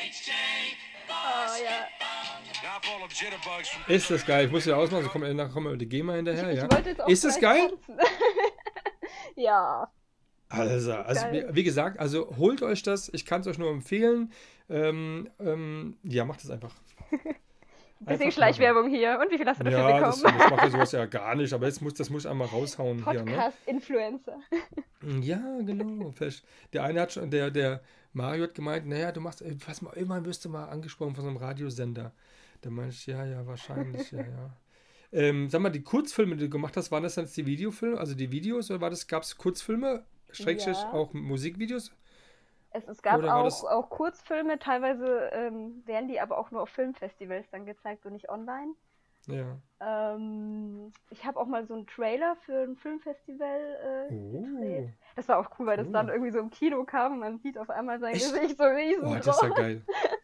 S3: Oh, ja.
S4: Now full of jitterbugs from...
S2: Ist das geil? Ich muss ja ausmachen, so kommen wir die GEMA hinterher, ja.
S3: Ich wollte jetzt auch
S2: Ist das
S3: gleich
S2: geil?
S3: tanzen. Ja.
S2: Also
S3: Geil.
S2: wie gesagt, also holt euch das, ich kann es euch nur empfehlen. Ja, macht es einfach.
S3: Bisschen Schleichwerbung hier. Und wie viel hast du dafür
S2: Ja,
S3: bekommen?
S2: ich mache sowas ja gar nicht, aber das muss ich einmal raushauen hier, ne?
S3: Podcast-Influencer.
S2: Ja, genau. Der eine hat schon, der Mario hat gemeint, naja, du machst, pass mal, irgendwann wirst du mal angesprochen von so einem Radiosender. Da meinte ich, ja, wahrscheinlich, ja. Sag mal, die Kurzfilme, die du gemacht hast, waren das dann jetzt die Videofilme, also die Videos, oder gab es Kurzfilme, Schrägstrich
S3: Ja.
S2: auch Musikvideos?
S3: Es gab
S2: Oder war das-
S3: auch Kurzfilme, teilweise werden die aber auch nur auf Filmfestivals dann gezeigt und nicht online.
S2: Ja.
S3: Ich habe auch mal so einen Trailer für ein Filmfestival gedreht.
S2: Oh.
S3: Das war auch cool, weil das
S2: Cool.
S3: dann irgendwie so im Kino kam und man sieht auf einmal sein
S2: Echt?
S3: Gesicht so
S2: Oh, das ist ja
S3: riesengroß.
S2: geil.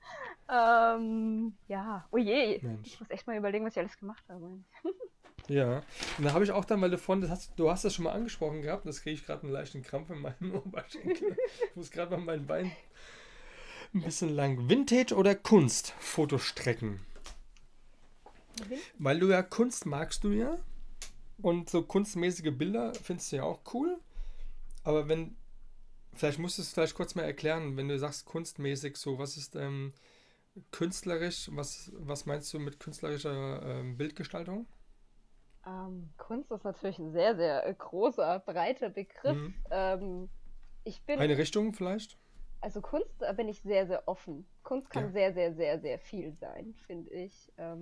S3: Ja, oh je.
S2: Mensch.
S3: Ich muss echt mal überlegen, was ich alles gemacht habe.
S2: Ja, und da habe ich auch dann mal davon, du hast das schon mal angesprochen gehabt, das kriege ich gerade einen leichten Krampf in meinem Oberschenkel. Ich muss gerade mal mein Bein ein bisschen lang. Vintage oder Kunst? Fotostrecken. Weil du ja Kunst magst du ja. Und so kunstmäßige Bilder findest du ja auch cool. Aber vielleicht musst du es vielleicht kurz mal erklären, wenn du sagst kunstmäßig so, was ist künstlerisch, was meinst du mit künstlerischer Bildgestaltung?
S3: Kunst ist natürlich ein sehr, sehr großer, breiter Begriff. Ich bin,
S2: Eine Richtung vielleicht?
S3: also Kunst, da bin ich sehr, sehr offen. Kunst kann
S2: Ja.
S3: sehr, sehr, sehr, sehr viel sein, finde ich.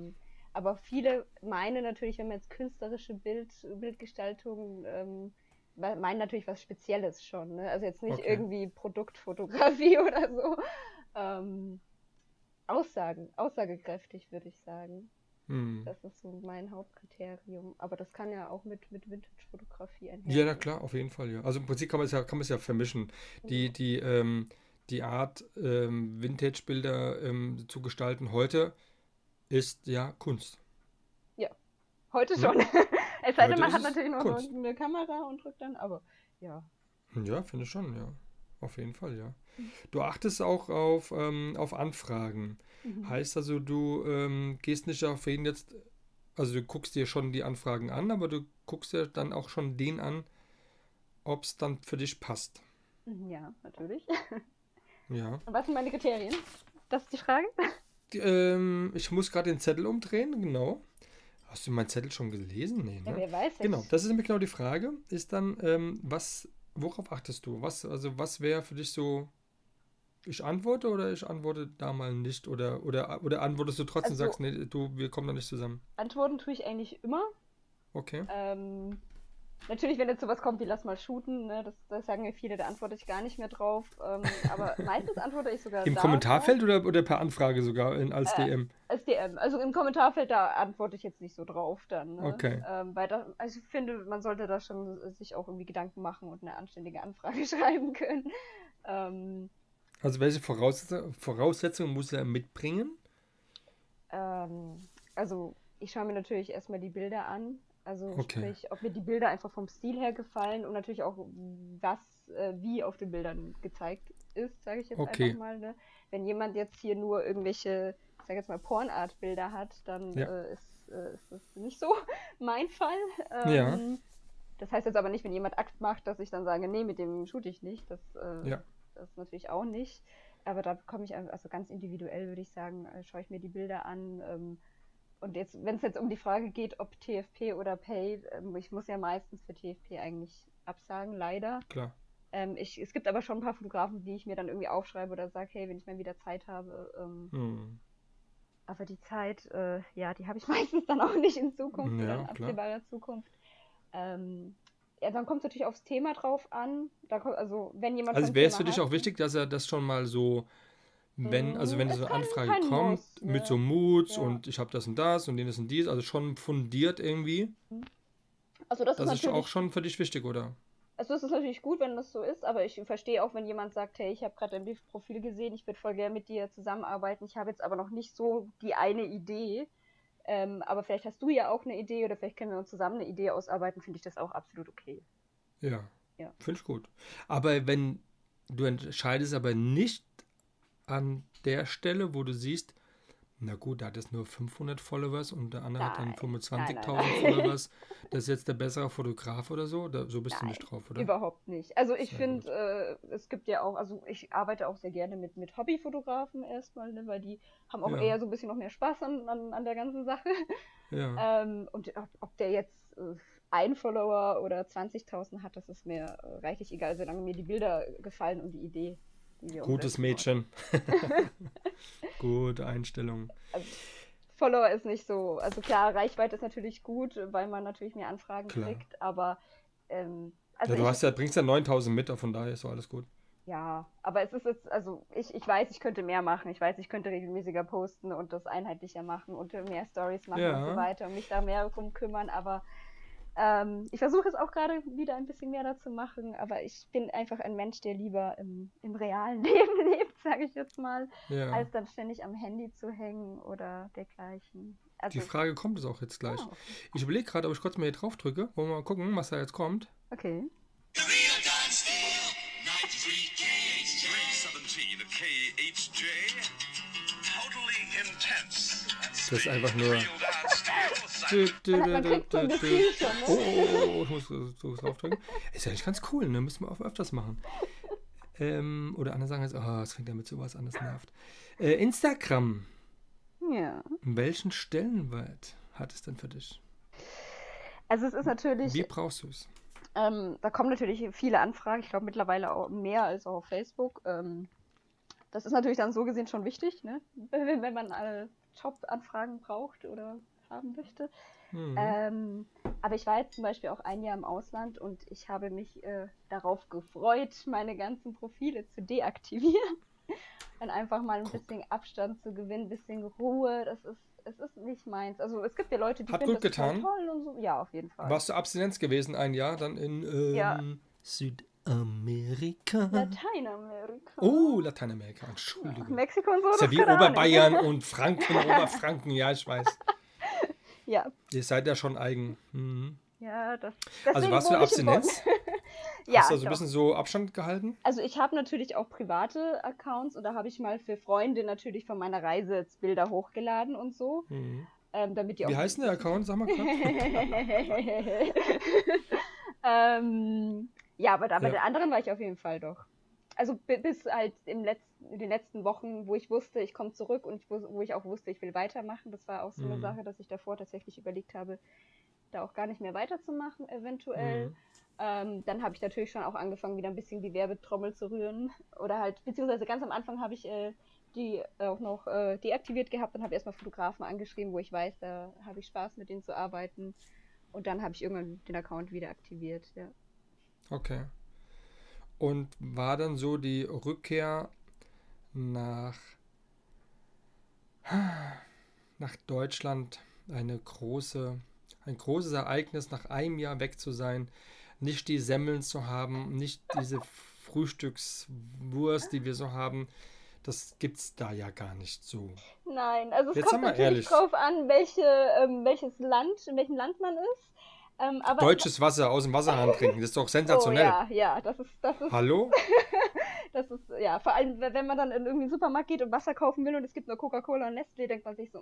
S3: Aber viele meinen natürlich, wenn man jetzt künstlerische Bildgestaltung meinen natürlich was Spezielles schon, ne? Also jetzt nicht
S2: Okay.
S3: irgendwie Produktfotografie oder so. Ähm, aussagekräftig, würde ich sagen.
S2: Hm.
S3: Das ist so mein Hauptkriterium. Aber das kann ja auch mit Vintage-Fotografie
S2: Ja, na
S3: einhergehen.
S2: klar, auf jeden Fall, ja. Also im Prinzip kann man es ja vermischen. Die Art, Vintage-Bilder zu gestalten heute ist ja Kunst.
S3: Ja, heute
S2: Ne?
S3: schon. Es sei denn,
S2: Heute
S3: man
S2: ist
S3: hat
S2: es
S3: natürlich noch
S2: Kunst.
S3: eine Kamera und drückt dann, aber ja.
S2: Ja, finde ich schon, ja. Auf jeden Fall, ja. Du achtest auch auf Anfragen.
S3: Mhm.
S2: Heißt also, du gehst nicht auf jeden jetzt, also du guckst dir schon die Anfragen an, aber du guckst dir dann auch schon den an, ob es dann für dich passt.
S3: Ja, natürlich.
S2: Ja.
S3: Und was sind meine Kriterien? Das ist die Frage?
S2: Ich muss gerade den Zettel umdrehen, genau. Hast du meinen Zettel schon gelesen? Nee,
S3: Ja,
S2: ne?
S3: wer weiß
S2: Genau,
S3: jetzt.
S2: das ist nämlich genau die Frage. Ist dann, worauf achtest du? Was wäre für dich so, ich antworte oder ich antworte da mal nicht? Oder antwortest du trotzdem und
S3: Also,
S2: sagst, nee, du, wir kommen da nicht zusammen.
S3: Antworten tue ich eigentlich immer.
S2: Okay.
S3: Natürlich, wenn jetzt sowas kommt wie lass mal shooten, ne, das sagen mir viele, da antworte ich gar nicht mehr drauf. Aber meistens antworte ich sogar
S2: Im
S3: da drauf.
S2: Kommentarfeld oder per Anfrage sogar als
S3: Äh,
S2: DM?
S3: als DM. Also im Kommentarfeld, da antworte ich jetzt nicht so drauf dann. Ne?
S2: Okay.
S3: Weil da, also ich finde, man sollte da schon sich auch irgendwie Gedanken machen und eine anständige Anfrage schreiben können. Ähm,
S2: Also welche Voraussetzungen muss er mitbringen?
S3: also ich schaue mir natürlich erstmal die Bilder an. Also
S2: Okay.
S3: sprich, ob mir die Bilder einfach vom Stil her gefallen und natürlich auch, was wie auf den Bildern gezeigt ist, sage ich jetzt einfach
S2: Okay.
S3: mal. Ne? Wenn jemand jetzt hier nur irgendwelche, ich sage jetzt mal Pornart-Bilder hat, dann
S2: Ja.
S3: ist das nicht so mein Fall.
S2: Ja.
S3: Das heißt jetzt aber nicht, wenn jemand Akt macht, dass ich dann sage, nee, mit dem shoot ich nicht.
S2: Ja.
S3: Das natürlich auch nicht. Aber da bekomme ich also ganz individuell, würde ich sagen, schaue ich mir die Bilder an. Und jetzt, wenn es jetzt um die Frage geht, ob TFP oder Pay, ich muss ja meistens für TFP eigentlich absagen, leider.
S2: Klar.
S3: Es gibt aber schon ein paar Fotografen, die ich mir dann irgendwie aufschreibe oder sage, hey, wenn ich mal wieder Zeit habe.
S2: Hm.
S3: Aber die Zeit, ja, die habe ich meistens dann auch nicht in Zukunft oder in
S2: Ja, klar.
S3: absehbarer Zukunft. Ja, dann kommt es natürlich aufs Thema drauf an. Also, wenn jemand schon
S2: Also
S3: ein
S2: wäre es
S3: Thema
S2: für dich
S3: hat,
S2: auch wichtig, dass er das schon mal so, wenn so
S3: ist
S2: eine Anfrage
S3: kein
S2: kommt,
S3: Muss,
S2: mit so
S3: ne?
S2: Moods
S3: Ja.
S2: und ich habe das und das und jenes und dies, also schon fundiert irgendwie,
S3: Also, das ist
S2: das ist auch
S3: natürlich
S2: schon für dich wichtig, oder?
S3: Also es ist natürlich gut, wenn das so ist, aber ich verstehe auch, wenn jemand sagt, hey, ich habe gerade dein Profil gesehen, ich würde voll gerne mit dir zusammenarbeiten, ich habe jetzt aber noch nicht so die eine Idee, aber vielleicht hast du ja auch eine Idee oder vielleicht können wir uns zusammen eine Idee ausarbeiten, finde ich das auch absolut okay.
S2: Ja,
S3: Ja.
S2: finde ich gut. Aber wenn du entscheidest aber nicht an der Stelle, wo du siehst, na gut, der hat jetzt nur 500 Followers und der andere hat dann
S3: Nein,
S2: 25.000 Followers, das ist jetzt der bessere Fotograf oder so, so bist du nicht
S3: nein,
S2: drauf, oder?
S3: überhaupt nicht. Also ich
S2: Sehr gut.
S3: finde, es gibt ja auch, also ich arbeite auch sehr gerne mit Hobbyfotografen erstmal, ne, weil die haben auch
S2: Ja,
S3: eher so ein bisschen noch mehr Spaß an der ganzen Sache.
S2: ja.
S3: Und ob der jetzt ein Follower oder 20.000 hat, das ist mir reichlich egal, solange mir die Bilder gefallen und die Idee, die wir
S2: Gutes
S3: umsetzen wollen.
S2: Mädchen. Gute Einstellung.
S3: Also, Follower ist nicht so, also klar, Reichweite ist natürlich gut, weil man natürlich mehr Anfragen
S2: Klar.
S3: kriegt, aber also
S2: Ja, bringst ja 9.000 mit, von daher ist so alles gut.
S3: ja, aber es ist jetzt, also ich weiß, ich könnte mehr machen. Ich weiß, ich könnte regelmäßiger posten und das einheitlicher machen und mehr Stories machen und so
S2: Ja,
S3: weiter und mich da mehr drum kümmern, aber ich versuche es auch gerade wieder ein bisschen mehr dazu machen, aber ich bin einfach ein Mensch, der lieber im realen Leben lebt, sage ich jetzt mal,
S2: ja.
S3: als dann ständig am Handy zu hängen oder dergleichen.
S2: Die
S3: Also,
S2: Frage kommt es auch jetzt gleich.
S3: okay.
S2: Ich überlege gerade, ob ich kurz mal hier drauf drücke. Wollen wir mal gucken, was da jetzt kommt.
S3: Okay.
S4: The real Don Steele, 93 KHJ. 317 KHJ. Totally intense.
S2: Das ist einfach nur.
S4: Real Don Steele.
S3: Man kriegt so ein Gefühl schon, ne?
S2: Oh, ich muss so draufdrücken. Ist ja nicht ganz cool, ne? Müssen wir auch öfters machen. Oder andere sagen jetzt, oh, es fängt ja mit sowas an, das nervt. Instagram.
S3: Ja.
S2: Welchen Stellenwert hat es denn für dich?
S3: Also es ist natürlich,
S2: Wie brauchst du es?
S3: da kommen natürlich viele Anfragen, ich glaube mittlerweile auch mehr als auch auf Facebook. Das ist natürlich dann so gesehen schon wichtig, ne? Wenn man Jobanfragen braucht oder haben möchte.
S2: Mhm.
S3: Aber ich war jetzt zum Beispiel auch ein Jahr im Ausland und ich habe mich darauf gefreut, meine ganzen Profile zu deaktivieren und einfach mal ein bisschen Abstand zu gewinnen, ein bisschen Ruhe. Es ist nicht meins. Also es gibt ja Leute, die
S2: Hat
S3: finden
S2: gut
S3: das voll
S2: getan.
S3: toll und so. Ja, auf jeden Fall.
S2: Warst du Abstinenz gewesen ein Jahr dann in
S3: Ja.
S2: Südamerika?
S3: Lateinamerika.
S2: Oh, Lateinamerika,
S3: Ja,
S2: Entschuldigung.
S3: Mexiko und so,
S2: Ist ja
S3: das
S2: wie
S3: kann er auch nicht.
S2: Oberbayern und Franken, Oberfranken, ja, ich weiß.
S3: Ja,
S2: Ihr seid ja schon eigen. Mhm.
S3: ja,
S2: Also
S3: deswegen
S2: warst du
S3: wohne
S2: da
S3: ich in Bonn.
S2: Abstinenz?
S3: Ja,
S2: Hast du also ein
S3: doch.
S2: bisschen so Abstand gehalten?
S3: Also ich habe natürlich auch private Accounts und da habe ich mal für Freunde natürlich von meiner Reise jetzt Bilder hochgeladen und so,
S2: Mhm.
S3: damit die auch
S2: Wie heißt denn der Account? Sag mal gerade.
S3: Ja, aber da bei
S2: Ja.
S3: den anderen war ich auf jeden Fall doch. Also bis halt in den letzten Wochen, wo ich wusste, ich komme zurück und wo ich auch wusste, ich will weitermachen. Das war auch so eine Sache, dass ich davor tatsächlich überlegt habe, da auch gar nicht mehr weiterzumachen, eventuell. Dann habe ich natürlich schon auch angefangen, wieder ein bisschen die Werbetrommel zu rühren. Oder halt, beziehungsweise ganz am Anfang habe ich die auch noch deaktiviert gehabt und habe erstmal Fotografen angeschrieben, wo ich weiß, da habe ich Spaß mit denen zu arbeiten. Und dann habe ich irgendwann den Account wieder aktiviert, ja.
S2: Okay. Und war dann so die Rückkehr nach Deutschland ein großes Ereignis, nach einem Jahr weg zu sein, nicht die Semmeln zu haben, nicht diese Frühstückswurst, die wir so haben, das gibt's da ja gar nicht so.
S3: Nein, also es
S2: Jetzt
S3: kommt
S2: sag mal
S3: natürlich
S2: ehrlich,
S3: drauf an, in welchem Land man ist. Aber
S2: deutsches Wasser aus dem Wasserhahn trinken, das ist doch
S3: oh
S2: sensationell.
S3: ja, das ist,
S2: Hallo?
S3: ja, vor allem, wenn man dann in irgendwie einen Supermarkt geht und Wasser kaufen will und es gibt nur Coca-Cola und Nestlé, denkt man sich so,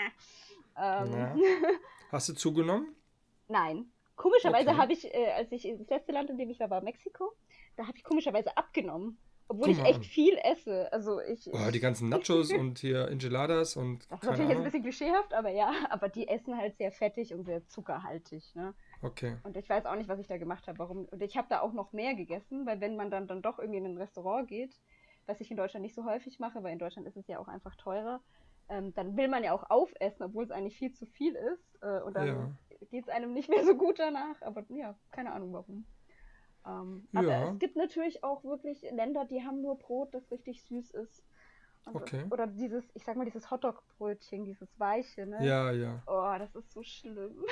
S2: Na, hast du zugenommen?
S3: nein. Komischerweise
S2: Okay.
S3: habe ich, als ich das letzte Land, in dem ich war Mexiko, da habe ich komischerweise abgenommen. Obwohl
S2: Guck
S3: ich
S2: mal
S3: echt
S2: an.
S3: viel esse. Also
S2: Oh, die ganzen Nachos und hier Enchiladas und
S3: das ist
S2: keine
S3: natürlich jetzt ein
S2: Ahnung.
S3: bisschen klischeehaft, aber ja, aber die essen halt sehr fettig und sehr zuckerhaltig, ne?
S2: Okay.
S3: Und ich weiß auch nicht, was ich da gemacht habe, warum. Und ich habe da auch noch mehr gegessen, weil wenn man dann doch irgendwie in ein Restaurant geht, was ich in Deutschland nicht so häufig mache, weil in Deutschland ist es ja auch einfach teurer, dann will man ja auch aufessen, obwohl es eigentlich viel zu viel ist. Und dann
S2: Ja.
S3: geht es einem nicht mehr so gut danach. Aber ja, keine Ahnung warum. Aber
S2: Ja,
S3: es gibt natürlich auch wirklich Länder, die haben nur Brot, das richtig süß ist. Also,
S2: okay.
S3: oder ich sag mal, dieses Hotdog-Brötchen, dieses weiche, ne?
S2: Ja, ja.
S3: Oh, das ist so schlimm.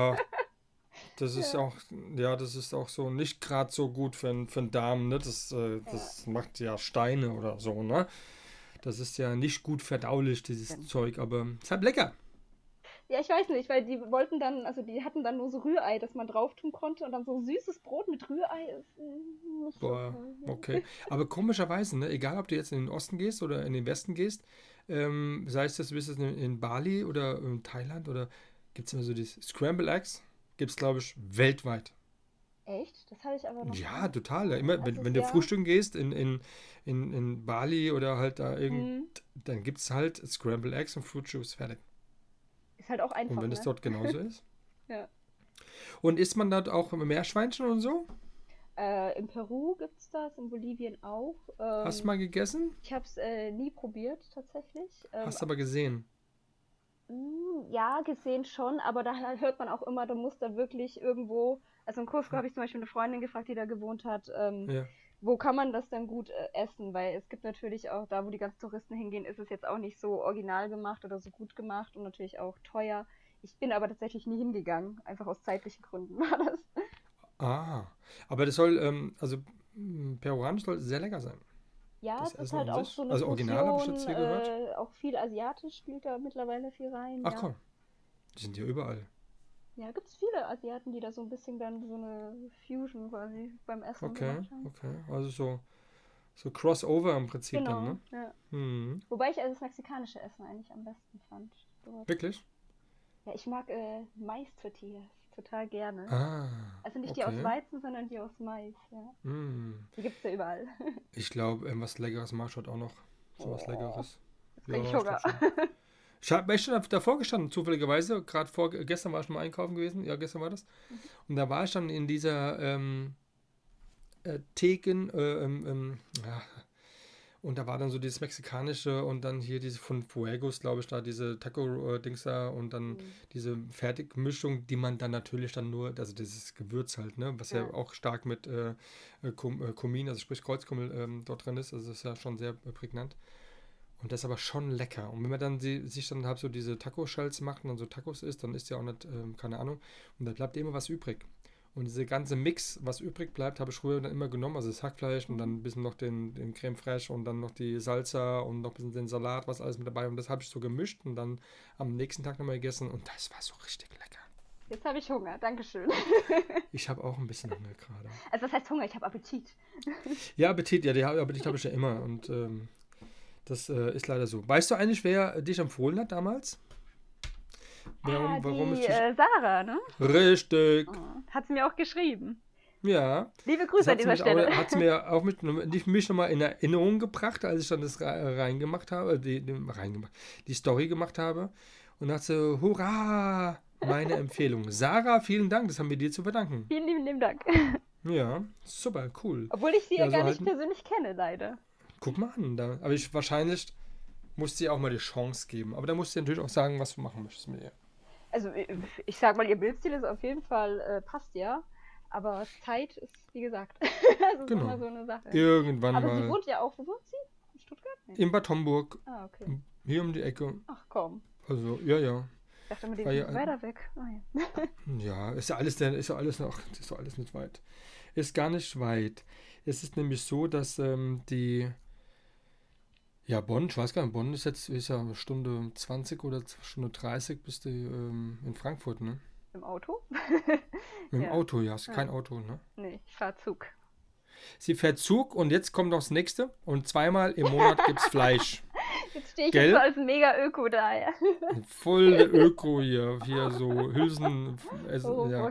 S2: Das ist
S3: Ja.
S2: auch, ja, das ist auch so nicht gerade so gut für einen Darm, ne? Das macht ja Steine oder so, ne? Das ist ja nicht gut verdaulich, dieses
S3: Stimmt.
S2: Zeug, aber ist halt lecker.
S3: Ja, ich weiß nicht, weil die wollten dann, also die hatten dann nur so Rührei, das man drauf tun konnte und dann so süßes Brot mit Rührei ist nicht so
S2: Boah,
S3: toll.
S2: okay. Aber komischerweise, ne? Egal, ob du jetzt in den Osten gehst oder in den Westen gehst, sei es, dass du bist in Bali oder in Thailand oder gibt es immer so dieses Scramble Eggs, gibt es, glaube ich, weltweit.
S3: Echt? Das habe ich aber noch
S2: Ja,
S3: nicht.
S2: total. Immer,
S3: Also
S2: wenn du
S3: ja.
S2: frühstücken gehst in Bali oder halt da
S3: Hm.
S2: dann gibt es halt Scrambled Eggs und Fruit Juice fertig.
S3: Ist halt auch
S2: Und
S3: einfach,
S2: wenn es
S3: ne?
S2: dort genauso ist.
S3: Ja.
S2: Und isst man dort auch Meerschweinchen und so?
S3: In Peru gibt's das, in Bolivien auch.
S2: Hast du mal gegessen?
S3: Ich habe es nie probiert, tatsächlich.
S2: Hast aber gesehen.
S3: Ja, gesehen schon, aber da hört man auch immer, da muss da wirklich irgendwo, also in Cusco habe ich zum Beispiel eine Freundin gefragt, die da gewohnt hat,
S2: Ja.
S3: wo kann man das dann gut essen? Weil es gibt natürlich auch, da wo die ganzen Touristen hingehen, ist es jetzt auch nicht so original gemacht oder so gut gemacht und natürlich auch teuer. Ich bin aber tatsächlich nie hingegangen, einfach aus zeitlichen Gründen war das.
S2: Ah. Aber das soll, also peruanisch soll sehr lecker sein.
S3: Ja,
S2: Das
S3: es ist
S2: Essen
S3: halt
S2: an
S3: auch
S2: sich.
S3: so eine
S2: Also original habe ich jetzt
S3: Fusion,
S2: hier gehört.
S3: auch viel Asiatisch spielt da mittlerweile viel rein,
S2: Ach
S3: ja.
S2: komm, die sind hier überall.
S3: Ja, gibt es viele Asiaten, die da so ein bisschen dann so eine Fusion quasi beim Essen
S2: Okay,
S3: gemacht haben.
S2: okay. Also so Crossover im Prinzip dann,
S3: Genau,
S2: ne?
S3: ja.
S2: Mhm.
S3: Wobei ich also das mexikanische Essen eigentlich am besten fand. Dort.
S2: Wirklich?
S3: Ja, ich mag Mais-Tortillas total gerne.
S2: Ah,
S3: Also nicht die aus
S2: okay.
S3: Weizen, sondern die aus Mais, ja.
S2: Mm.
S3: Die gibt's ja überall.
S2: Ich glaube, was Leckeres magst du heute auch noch. So was
S3: Oh,
S2: Leckeres.
S3: jetzt krieg ich
S2: Ja, ich
S3: Hunger.
S2: glaube schon. Ich habe echt schon davor gestanden, zufälligerweise. Gestern war ich mal einkaufen gewesen. Ja, gestern war das. Und da war ich dann in dieser Theken, ja, Und da war dann so dieses Mexikanische und dann hier diese von Fuegos, glaube ich, da diese Taco-Dings da und dann diese Fertigmischung, die man dann natürlich dann nur, also dieses Gewürz halt, ne, was ja auch stark mit Kumin, also sprich Kreuzkümmel dort drin ist, also das ist ja schon sehr prägnant. Und das ist aber schon lecker. Und wenn man dann sich dann halt so diese Taco-Shells macht und dann so Tacos isst, dann ist ja auch nicht, keine Ahnung, und da bleibt immer was übrig. Und diese ganze Mix, was übrig bleibt, habe ich früher dann immer genommen. Also das Hackfleisch und dann ein bisschen noch den Creme Fraiche und dann noch die Salsa und noch ein bisschen den Salat, was alles mit dabei. Und das habe ich so gemischt und dann am nächsten Tag nochmal gegessen. Und das war so richtig lecker.
S3: Jetzt habe ich Hunger, Dankeschön.
S2: Ich habe auch ein bisschen Hunger gerade.
S3: Also was heißt Hunger? Ich habe Appetit.
S2: Ja, Appetit, ja, den Appetit habe ich ja immer. Und das ist leider so. Weißt du eigentlich, wer dich empfohlen hat damals? Warum
S3: die
S2: ich dich...
S3: Sarah, ne?
S2: Richtig.
S3: Oh, hat sie mir auch geschrieben.
S2: Ja.
S3: Liebe Grüße an dieser Stelle.
S2: Hat sie mir auch mich nochmal in Erinnerung gebracht, als ich dann das reingemacht habe, die Story gemacht habe. Und dachte so, hurra, meine Empfehlung. Sarah, vielen Dank, das haben wir dir zu verdanken.
S3: Vielen lieben Dank.
S2: Ja, super, cool.
S3: Obwohl ich sie ja
S2: so
S3: gar nicht persönlich kenne, leider.
S2: Guck mal an, aber wahrscheinlich musst du ihr auch mal die Chance geben. Aber da musst du natürlich auch sagen, was du machen möchtest mit ihr.
S3: Also ich sag mal, ihr Bildstil ist auf jeden Fall, passt ja. Aber Zeit ist, wie gesagt, das ist immer so eine Sache.
S2: Irgendwann
S3: aber
S2: mal.
S3: Sie wohnt ja auch, wo wohnt sie? In Stuttgart? Nee.
S2: In Bad Homburg.
S3: Ah, okay.
S2: Hier um die Ecke.
S3: Ach komm.
S2: Also, ja.
S3: Ich dachte immer, die sind weiter weg. Oh, ja.
S2: Ja, ist ja alles nicht weit. Ist gar nicht weit. Es ist nämlich so, dass Bonn, ich weiß gar nicht, Bonn ist ja eine Stunde 20 oder Stunde 30 bist du in Frankfurt, ne?
S3: Im Auto?
S2: Mit dem Auto, ja. Hast kein Auto, ne?
S3: Nee, ich fahre Zug.
S2: Sie fährt Zug und jetzt kommt noch das nächste und zweimal im Monat gibt's Fleisch.
S3: Jetzt stehe ich jetzt so als Mega-Öko da, ja.
S2: Voll der Öko hier so Hülsen. Ja.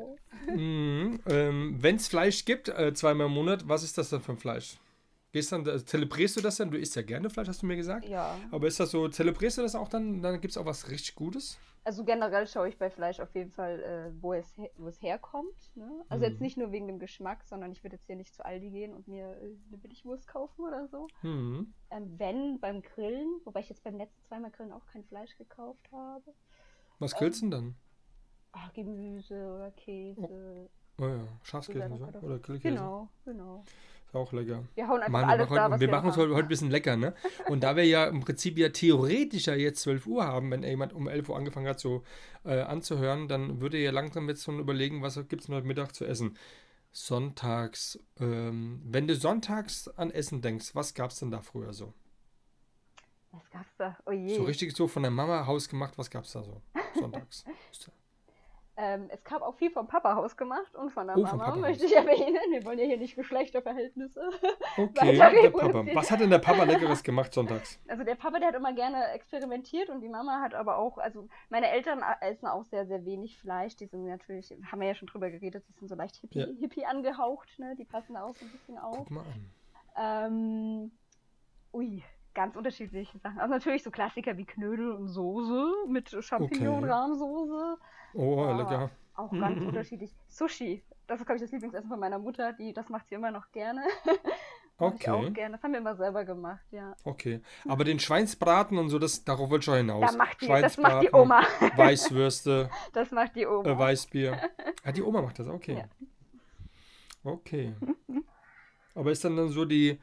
S2: Wenn es Fleisch gibt, zweimal im Monat, was ist das dann für ein Fleisch? Zelebrierst du das dann? Du isst ja gerne Fleisch, hast du mir gesagt.
S3: Ja.
S2: Aber ist das so, zelebrierst du das auch dann? Dann gibt es auch was richtig Gutes?
S3: Also generell schaue ich bei Fleisch auf jeden Fall, wo es herkommt. Ne? Also jetzt nicht nur wegen dem Geschmack, sondern ich würde jetzt hier nicht zu Aldi gehen und mir eine Billigwurst kaufen oder so. Wenn, beim Grillen, wobei ich jetzt beim letzten zweimal Grillen auch kein Fleisch gekauft habe.
S2: Was grillst du denn dann?
S3: Gemüse oder Käse.
S2: Oh ja, Schafskäse so, oder Grillkäse.
S3: Genau.
S2: Ist auch lecker.
S3: Wir hauen einfach alles da, was
S2: wir machen uns heute ein bisschen lecker, ne? Und da wir ja im Prinzip ja theoretisch ja jetzt 12 Uhr haben, wenn jemand um 11 Uhr angefangen hat so anzuhören, dann würde ja langsam jetzt schon überlegen, was gibt es heute Mittag zu essen. Sonntags, wenn du sonntags an Essen denkst, was gab es denn da früher so?
S3: Was gab's da? Oh je.
S2: So richtig so von der Mama hausgemacht, was gab's da so sonntags?
S3: Es kam auch viel vom Papa hausgemacht und von der
S2: vom
S3: Mama,
S2: Papa
S3: möchte ich erwähnen. Wir wollen ja hier nicht Geschlechterverhältnisse.
S2: Okay, der Papa. Was hat denn der Papa Leckeres gemacht sonntags?
S3: Also der Papa, der hat immer gerne experimentiert und die Mama hat aber auch, also meine Eltern essen auch sehr, sehr wenig Fleisch. Die sind natürlich, haben wir ja schon drüber geredet, die sind so leicht Hippie angehaucht, ne? Die passen auch so ein bisschen auf.
S2: Guck mal an.
S3: Ganz unterschiedliche Sachen. Also natürlich so Klassiker wie Knödel und Soße mit Champignon-Rahmsoße.
S2: Oh, lecker.
S3: Auch ganz unterschiedlich. Sushi, das ist, glaube ich, das Lieblingsessen von meiner Mutter. Das macht sie immer noch gerne. Mach ich auch gerne. Das haben wir immer selber gemacht, ja.
S2: Okay, aber den Schweinsbraten und so, darauf wollte ich schon hinaus.
S3: Das macht die Oma.
S2: Weißwürste.
S3: Das macht die Oma.
S2: Weißbier. Die Oma macht das, okay.
S3: Ja.
S2: Okay. Aber ist dann so die...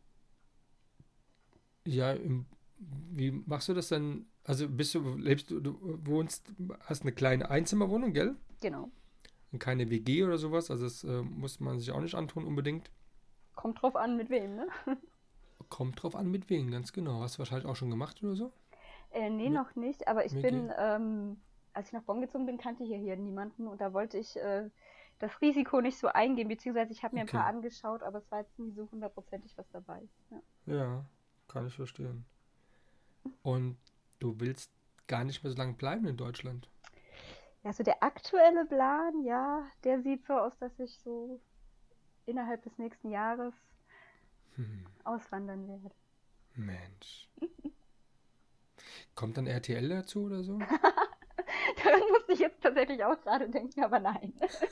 S2: Ja, wie machst du das denn? Also hast eine kleine Einzimmerwohnung, gell?
S3: Genau.
S2: Und keine WG oder sowas, also das muss man sich auch nicht antun unbedingt.
S3: Kommt drauf an, mit wem, ne?
S2: Kommt drauf an, mit wem, ganz genau. Hast du wahrscheinlich auch schon gemacht oder so?
S3: Nee, noch nicht, aber ich bin, als ich nach Bonn gezogen bin, kannte ich hier niemanden und da wollte ich das Risiko nicht so eingehen, beziehungsweise ich habe mir ein paar angeschaut, aber es war jetzt nie so hundertprozentig was dabei.
S2: Ja, kann ich verstehen. Und du willst gar nicht mehr so lange bleiben in Deutschland?
S3: Ja, so der aktuelle Plan, ja, der sieht so aus, dass ich so innerhalb des nächsten Jahres auswandern werde.
S2: Mensch. Kommt dann RTL dazu oder so?
S3: Daran musste ich jetzt tatsächlich auch gerade denken, aber nein.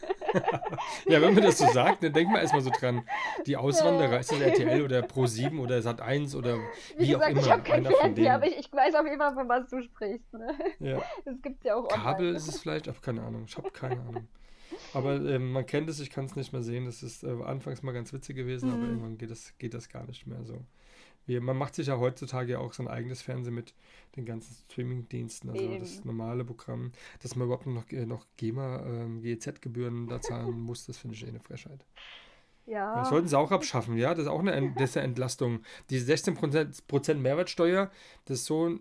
S2: Ja, wenn man das so sagt, dann denkt man erstmal so dran. Die Auswanderer, ist das RTL oder Pro7 oder Sat.1 oder
S3: Wie
S2: wie auch
S3: gesagt, ich
S2: immer.
S3: habe kein
S2: Einer von
S3: Fernseher, aber
S2: denen.
S3: ich weiß auf jeden Fall, von was du sprichst. Ne?
S2: Ja.
S3: Das gibt's ja auch
S2: Kabel
S3: online.
S2: ist es vielleicht? Ach, keine Ahnung. Ich habe keine Ahnung. Aber man kennt es, ich kann es nicht mehr sehen. Das ist anfangs mal ganz witzig gewesen, aber irgendwann geht das gar nicht mehr so. Man macht sich ja heutzutage ja auch so ein eigenes Fernsehen mit den ganzen Streaming-Diensten, also
S3: Eben.
S2: das normale Programm, dass man überhaupt noch GEMA, GEZ-Gebühren da zahlen muss, das finde ich eine Frechheit.
S3: Ja.
S2: Das sollten sie auch abschaffen, ja, das ist auch das ist eine Entlastung. Die 16% Mehrwertsteuer, das ist so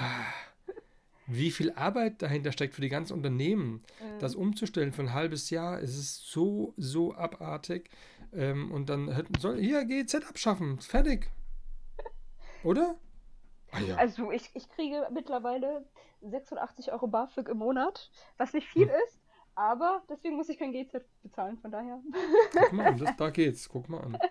S2: wie viel Arbeit dahinter steckt für die ganzen Unternehmen, das umzustellen für ein halbes Jahr, es ist so, so abartig. Und dann hier GEZ abschaffen, fertig. Oder? Ah ja.
S3: Also ich kriege mittlerweile 86 Euro BAföG im Monat, was nicht viel ist, aber deswegen muss ich kein GZ bezahlen, von daher.
S2: Guck mal an, da geht's, guck mal an.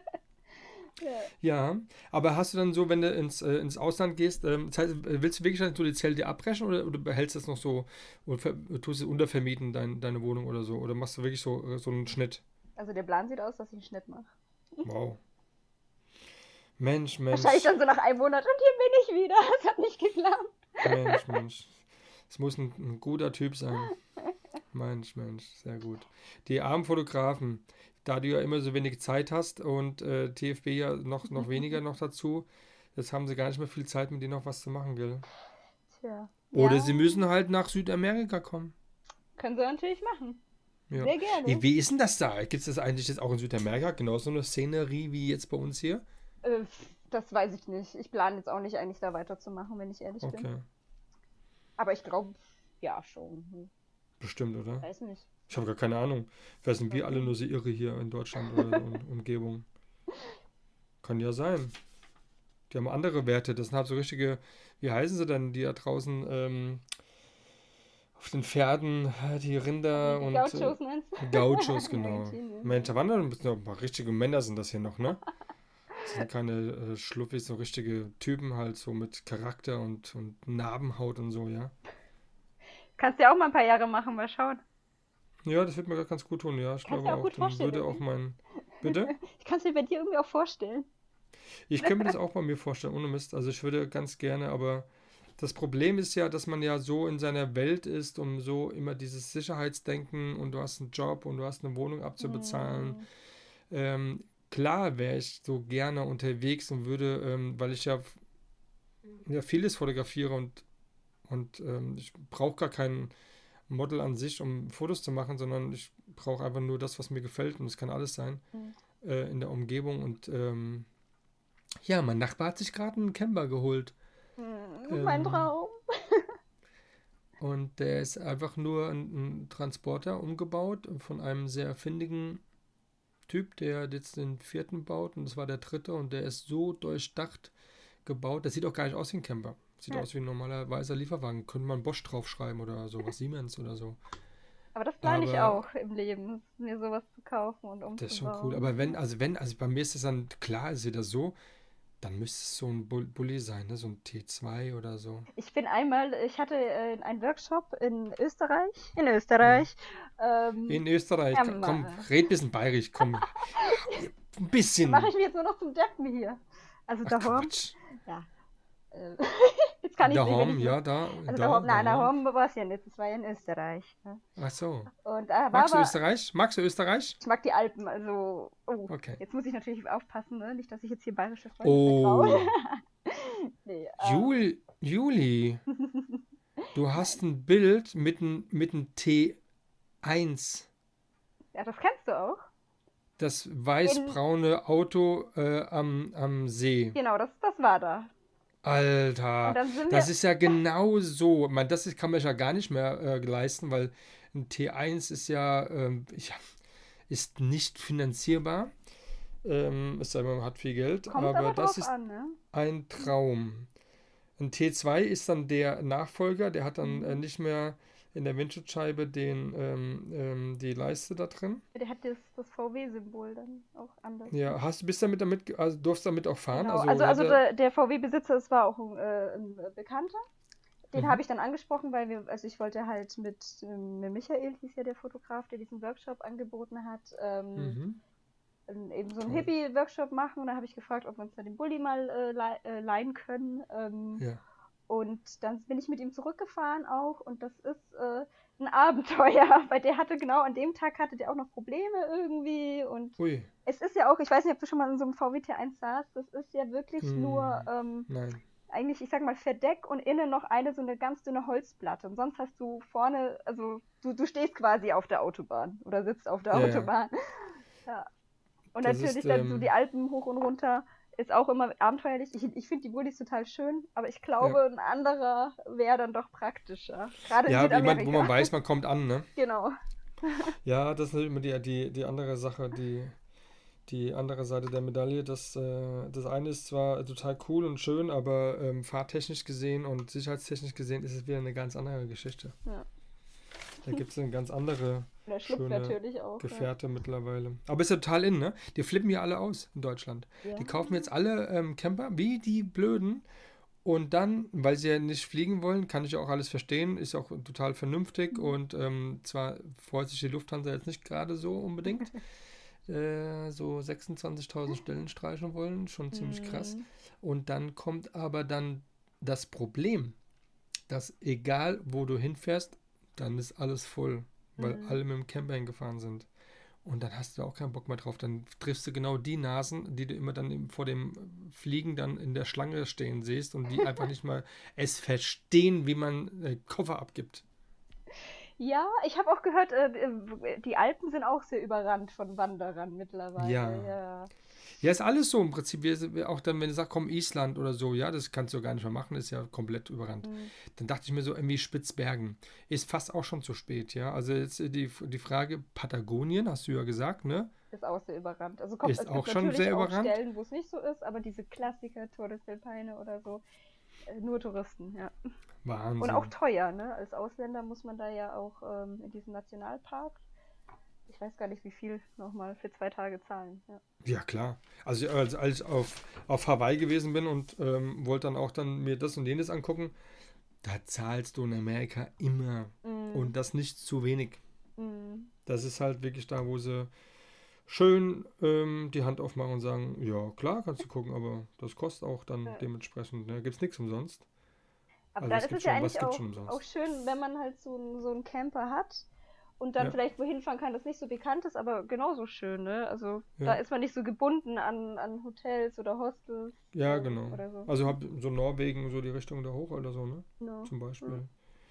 S2: Ja, aber hast du dann so, wenn du ins Ausland gehst, das heißt, willst du wirklich dann so die Zelte abbrechen oder behältst du das noch so und tust du untervermieten, deine Wohnung oder so? Oder machst du wirklich so einen Schnitt?
S3: Also der Plan sieht aus, dass ich einen Schnitt mache.
S2: Wow. Mensch.
S3: Wahrscheinlich dann so nach einem Monat und hier bin ich wieder. Es hat nicht geklappt.
S2: Mensch. Es muss ein guter Typ sein. Mensch, sehr gut. Die armen Fotografen, da du ja immer so wenig Zeit hast und TFB ja noch weniger noch dazu, jetzt haben sie gar nicht mehr viel Zeit, mit denen noch was zu machen, gell?
S3: Tja.
S2: Oder
S3: Ja,
S2: sie müssen halt nach Südamerika kommen.
S3: können sie natürlich machen.
S2: Ja.
S3: Sehr gerne.
S2: Wie ist denn das da? Gibt es das eigentlich jetzt auch in Südamerika? Genauso eine Szenerie wie jetzt bei uns hier?
S3: Das weiß ich nicht. Ich plane jetzt auch nicht eigentlich da weiterzumachen, wenn ich ehrlich bin.
S2: Okay.
S3: Aber ich glaube, ja schon.
S2: Bestimmt, oder?
S3: Weiß nicht.
S2: Ich habe gar keine Ahnung. Vielleicht sind wir alle nur so irre hier in Deutschland oder so Umgebung. Kann ja sein. Die haben andere Werte. Das sind halt so richtige, wie heißen sie denn, die da draußen auf den Pferden, die Rinder
S3: Die
S2: und
S3: Gauchos meinst du?
S2: Gauchos, genau.
S3: Argentinien.
S2: Mensch, da waren doch ein paar richtige Männer sind das hier noch, ne? Das sind keine Schluffis, so richtige Typen halt, so mit Charakter und Narbenhaut und so, ja.
S3: Kannst ja auch mal ein paar Jahre machen, mal schauen.
S2: Ja, das wird mir ganz gut tun, ja. Ich
S3: Kannst
S2: glaube
S3: dir auch
S2: auch,
S3: gut
S2: dann
S3: vorstellen,
S2: würde auch
S3: oder?
S2: mein... Bitte?
S3: Ich kann es mir bei dir irgendwie auch vorstellen.
S2: Ich könnte mir das auch bei mir vorstellen, ohne Mist. Also ich würde ganz gerne, aber das Problem ist ja, dass man ja so in seiner Welt ist und so immer dieses Sicherheitsdenken und du hast einen Job und du hast eine Wohnung abzubezahlen. Klar wäre ich so gerne unterwegs und würde, weil ich ja vieles fotografiere und ich brauche gar kein Model an sich, um Fotos zu machen, sondern ich brauche einfach nur das, was mir gefällt und es kann alles sein in der Umgebung und ja, mein Nachbar hat sich gerade einen Camper geholt.
S3: Mein Traum.
S2: Und der ist einfach nur ein Transporter umgebaut von einem sehr findigen Typ, der jetzt den 4. baut und das war der 3. und der ist so durchdacht gebaut. Das sieht auch gar nicht aus wie ein Camper. Sieht aus wie ein normaler weißer Lieferwagen. Könnte man Bosch draufschreiben oder so, was Siemens oder so.
S3: Aber das plane ich auch im Leben, mir sowas zu kaufen und umzubauen.
S2: Das ist schon cool. Aber also bei mir ist es dann, klar, ist wieder so, dann müsste es so ein Bulli sein, ne? So ein T2 oder so.
S3: Ich hatte einen Workshop in Österreich. In Österreich.
S2: In Österreich.
S3: Ja,
S2: Komm, red ein bisschen bayerisch, komm. Ein bisschen.
S3: Mache ich mir jetzt nur noch zum Deppen hier. Also daheim.
S2: Quatsch.
S3: Ja. Jetzt kann ich
S2: Daheim,
S3: nicht.
S2: ja, da.
S3: Also daheim war es ja nicht. Das war ja in Österreich. Ne?
S2: Ach so.
S3: Und,
S2: Magst du Österreich? Magst du Österreich?
S3: Ich mag die Alpen, also. Oh,
S2: okay.
S3: Jetzt muss ich natürlich aufpassen, ne? Nicht, dass ich jetzt hier bayerische Freunde vertraue. Nee,
S2: Juli, du hast ein Bild mit einem T1.
S3: Ja, das kennst du auch.
S2: Das weiß-braune Auto am See.
S3: Genau, das war da.
S2: Alter, das ist ja genau so. Das kann man ja gar nicht mehr leisten, weil ein T1 ist ja ist nicht finanzierbar. Es sei denn, man hat viel Geld, aber das ist ein Traum. Ein T2 ist dann der Nachfolger, der hat dann nicht mehr in der Windschutzscheibe die Leiste da drin.
S3: Der hat das VW-Symbol dann auch anders.
S2: Ja, durfst damit auch fahren?
S3: Genau. Also der VW-Besitzer, es war auch ein Bekannter. den habe ich dann angesprochen, weil also ich wollte halt mit Michael, hieß ja der Fotograf, der diesen Workshop angeboten hat, eben so einen
S2: Toll.
S3: Hippie-Workshop machen. Und da habe ich gefragt, ob wir uns da den Bulli mal leihen können.
S2: Ja.
S3: Und dann bin ich mit ihm zurückgefahren auch. Und das ist ein Abenteuer, weil der hatte genau an dem Tag hatte der auch noch Probleme irgendwie. Und
S2: Ui.
S3: es ist ja auch, ich weiß nicht, ob du schon mal in so einem VW T1 saßt, das ist ja wirklich nur
S2: Nein.
S3: eigentlich, ich sag mal, Verdeck und innen noch so eine ganz dünne Holzplatte. Und sonst hast du vorne, also du stehst quasi auf der Autobahn oder sitzt auf der
S2: Ja, ja.
S3: Autobahn. Ja. Und
S2: Das
S3: natürlich
S2: ist,
S3: dann so die Alpen hoch und runter ist auch immer abenteuerlich. Ich finde die Bullis total schön, aber ich glaube, ein anderer wäre dann doch praktischer. Gerade in
S2: Ja,
S3: Südamerika.
S2: wo man weiß, man kommt an, ne?
S3: Genau.
S2: Ja, das ist immer die andere Sache, die andere Seite der Medaille. Das eine ist zwar total cool und schön, aber fahrtechnisch gesehen und sicherheitstechnisch gesehen ist es wieder eine ganz andere Geschichte.
S3: Ja.
S2: Da gibt es eine ganz andere
S3: Der Schlupf
S2: schöne
S3: natürlich auch.
S2: Gefährte mittlerweile. Aber ist ja total in, ne? Die flippen ja alle aus in Deutschland.
S3: Ja.
S2: Die kaufen jetzt alle Camper, wie die Blöden. Und dann, weil sie ja nicht fliegen wollen, kann ich auch alles verstehen, ist auch total vernünftig. Und zwar freut sich die Lufthansa jetzt nicht gerade so unbedingt. So 26.000 Stellen streichen wollen, schon ziemlich krass. Und dann kommt aber dann das Problem, dass egal wo du hinfährst, dann ist alles voll, weil alle mit dem Camper hingefahren sind. Und dann hast du auch keinen Bock mehr drauf. Dann triffst du genau die Nasen, die du immer dann vor dem Fliegen dann in der Schlange stehen siehst und die einfach nicht mal es verstehen, wie man Koffer abgibt.
S3: Ja, ich habe auch gehört, die Alpen sind auch sehr überrannt von Wanderern mittlerweile.
S2: Ja. Ja, ist alles so im Prinzip. Auch dann, wenn du sagst, komm, Island oder so, ja, das kannst du gar nicht mehr machen, ist ja komplett überrannt. Dann dachte ich mir so, irgendwie Spitzbergen. Ist fast auch schon zu spät, ja. Also jetzt die Frage, Patagonien, hast du ja gesagt, ne?
S3: Ist auch sehr überrannt. Also
S2: Ist
S3: es
S2: auch
S3: gibt
S2: schon
S3: natürlich
S2: sehr
S3: auch
S2: überrannt.
S3: Stellen, wo es nicht so ist, aber diese Klassiker, Torres del Paine oder so, nur Touristen, ja.
S2: Wahnsinn.
S3: Und auch teuer, ne? Als Ausländer muss man da ja auch in diesem Nationalpark, ich weiß gar nicht, wie viel nochmal für 2 Tage zahlen. Ja,
S2: Ja, klar. Also als ich auf Hawaii gewesen bin und wollte dann auch dann mir das und jenes angucken, da zahlst du in Amerika immer. Und das nicht zu wenig. Das ist halt wirklich da, wo sie schön die Hand aufmachen und sagen, ja, klar, kannst du gucken, aber das kostet auch dann dementsprechend. Ne? Gibt es nichts umsonst.
S3: aber
S2: Also
S3: dann
S2: es
S3: ist
S2: gibt
S3: es ja
S2: schon, was
S3: eigentlich
S2: gibt's schon
S3: auch
S2: umsonst.
S3: schön, wenn man halt so einen Camper hat und dann
S2: Ja.
S3: vielleicht wohin fahren kann, das nicht so bekannt ist, aber genauso schön, ne? Also
S2: Ja.
S3: da ist man nicht so gebunden an Hotels oder Hostels
S2: Ja, genau.
S3: oder so.
S2: Also hab so Norwegen, so die Richtung da hoch oder so, ne?
S3: No.
S2: Zum Beispiel.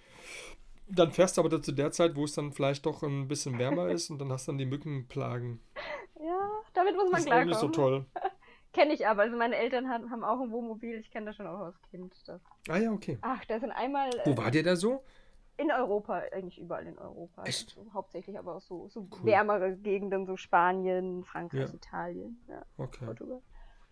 S2: Dann fährst du aber zu der Zeit, wo es dann vielleicht doch ein bisschen wärmer ist und dann hast du dann die Mückenplagen.
S3: Ja, damit muss man
S2: Das ist auch nicht so
S3: klarkommen.
S2: toll.
S3: Kenne ich aber. Also meine Eltern haben auch ein Wohnmobil. Ich kenne das schon auch als Kind.
S2: Ah ja, okay.
S3: Ach, da sind einmal
S2: Wo war dir da so?
S3: in Europa, eigentlich überall in Europa.
S2: Echt?
S3: Also hauptsächlich aber auch so
S2: Cool.
S3: wärmere Gegenden, so Spanien, Frankreich,
S2: Ja.
S3: Italien, ja,
S2: Okay.
S3: Portugal.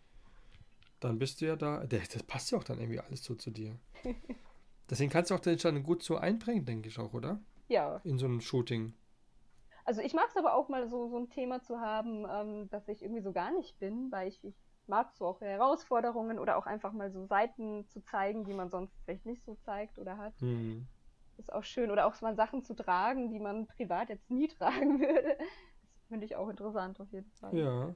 S2: Dann bist du ja da. Das passt ja auch dann irgendwie alles so zu dir. Deswegen kannst du auch den dann gut so einbringen, denke ich auch, oder?
S3: Ja,
S2: In so einem Shooting.
S3: also ich mag es aber auch mal so ein Thema zu haben, dass ich irgendwie so gar nicht bin, weil ich mag so auch Herausforderungen oder auch einfach mal so Seiten zu zeigen, die man sonst vielleicht nicht so zeigt oder hat. Ist auch schön. Oder auch mal Sachen zu tragen, die man privat jetzt nie tragen würde. Das finde ich auch interessant auf jeden Fall.
S2: Ja.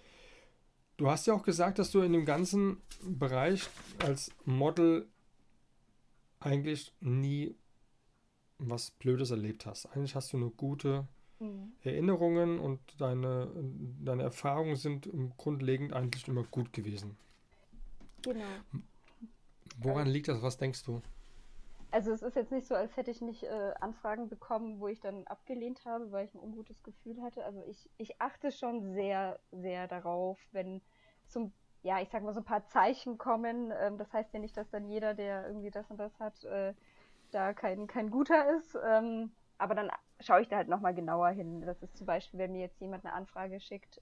S2: Du hast ja auch gesagt, dass du in dem ganzen Bereich als Model eigentlich nie was Blödes erlebt hast. Eigentlich hast du nur gute Erinnerungen und deine Erfahrungen sind grundlegend eigentlich immer gut gewesen.
S3: Genau.
S2: Woran liegt das? Was denkst du?
S3: Also es ist jetzt nicht so, als hätte ich nicht Anfragen bekommen, wo ich dann abgelehnt habe, weil ich ein ungutes Gefühl hatte. Also ich achte schon sehr, sehr darauf, wenn ich sag mal so ein paar Zeichen kommen. Das heißt ja nicht, dass dann jeder, der irgendwie das und das hat, da kein guter ist. Aber dann schaue ich da halt nochmal genauer hin. Das ist zum Beispiel, wenn mir jetzt jemand eine Anfrage schickt,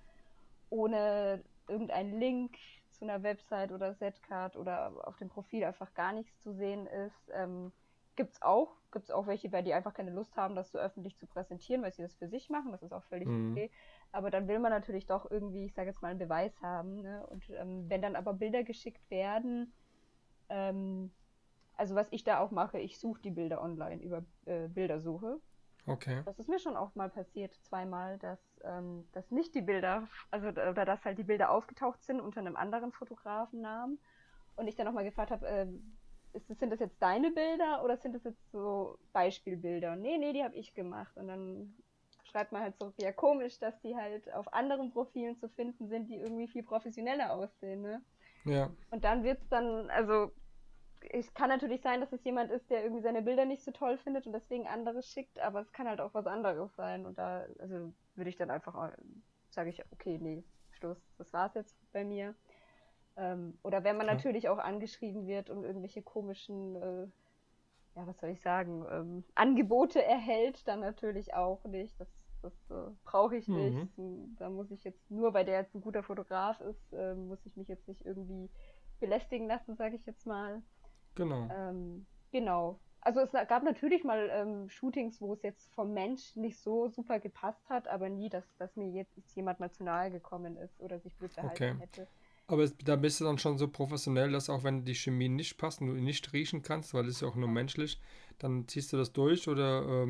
S3: ohne irgendeinen Link zu einer Website oder Setcard oder auf dem Profil einfach gar nichts zu sehen ist. Gibt's auch welche, weil die einfach keine Lust haben, das so öffentlich zu präsentieren, weil sie das für sich machen. Das ist auch völlig okay. Aber dann will man natürlich doch irgendwie, ich sage jetzt mal, einen Beweis haben. Ne? Und wenn dann aber Bilder geschickt werden, also was ich da auch mache, ich suche die Bilder online über Bildersuche.
S2: Okay.
S3: Das ist mir schon auch mal passiert, zweimal, dass nicht die Bilder, also oder dass halt die Bilder aufgetaucht sind unter einem anderen Fotografennamen und ich dann nochmal gefragt habe, sind das jetzt deine Bilder oder sind das jetzt so Beispielbilder? Und nee, die habe ich gemacht. Und dann schreibt man halt so, ja komisch, dass die halt auf anderen Profilen zu finden sind, die irgendwie viel professioneller aussehen, ne?
S2: Ja.
S3: Und dann wird's dann, also es kann natürlich sein, dass es jemand ist, der irgendwie seine Bilder nicht so toll findet und deswegen andere schickt, aber es kann halt auch was anderes sein. Und da, also würde ich dann einfach, sage ich, okay, nee, Schluss, das war's jetzt bei mir. Oder wenn man
S2: Klar.
S3: natürlich auch angeschrieben wird und irgendwelche komischen, ja, was soll ich sagen, Angebote erhält, dann natürlich auch nicht. Das brauche ich nicht. Da muss ich jetzt, nur weil der jetzt ein guter Fotograf ist, muss ich mich jetzt nicht irgendwie belästigen lassen, sage ich jetzt mal.
S2: Genau.
S3: Genau. Also es gab natürlich mal Shootings, wo es jetzt vom Mensch nicht so super gepasst hat, aber nie, dass mir jetzt jemand mal zu nahe gekommen ist oder sich blöd verhalten hätte.
S2: Aber da bist du dann schon so professionell, dass auch wenn die Chemie nicht passt und du ihn nicht riechen kannst, weil das ist ja auch nur menschlich, dann ziehst du das durch oder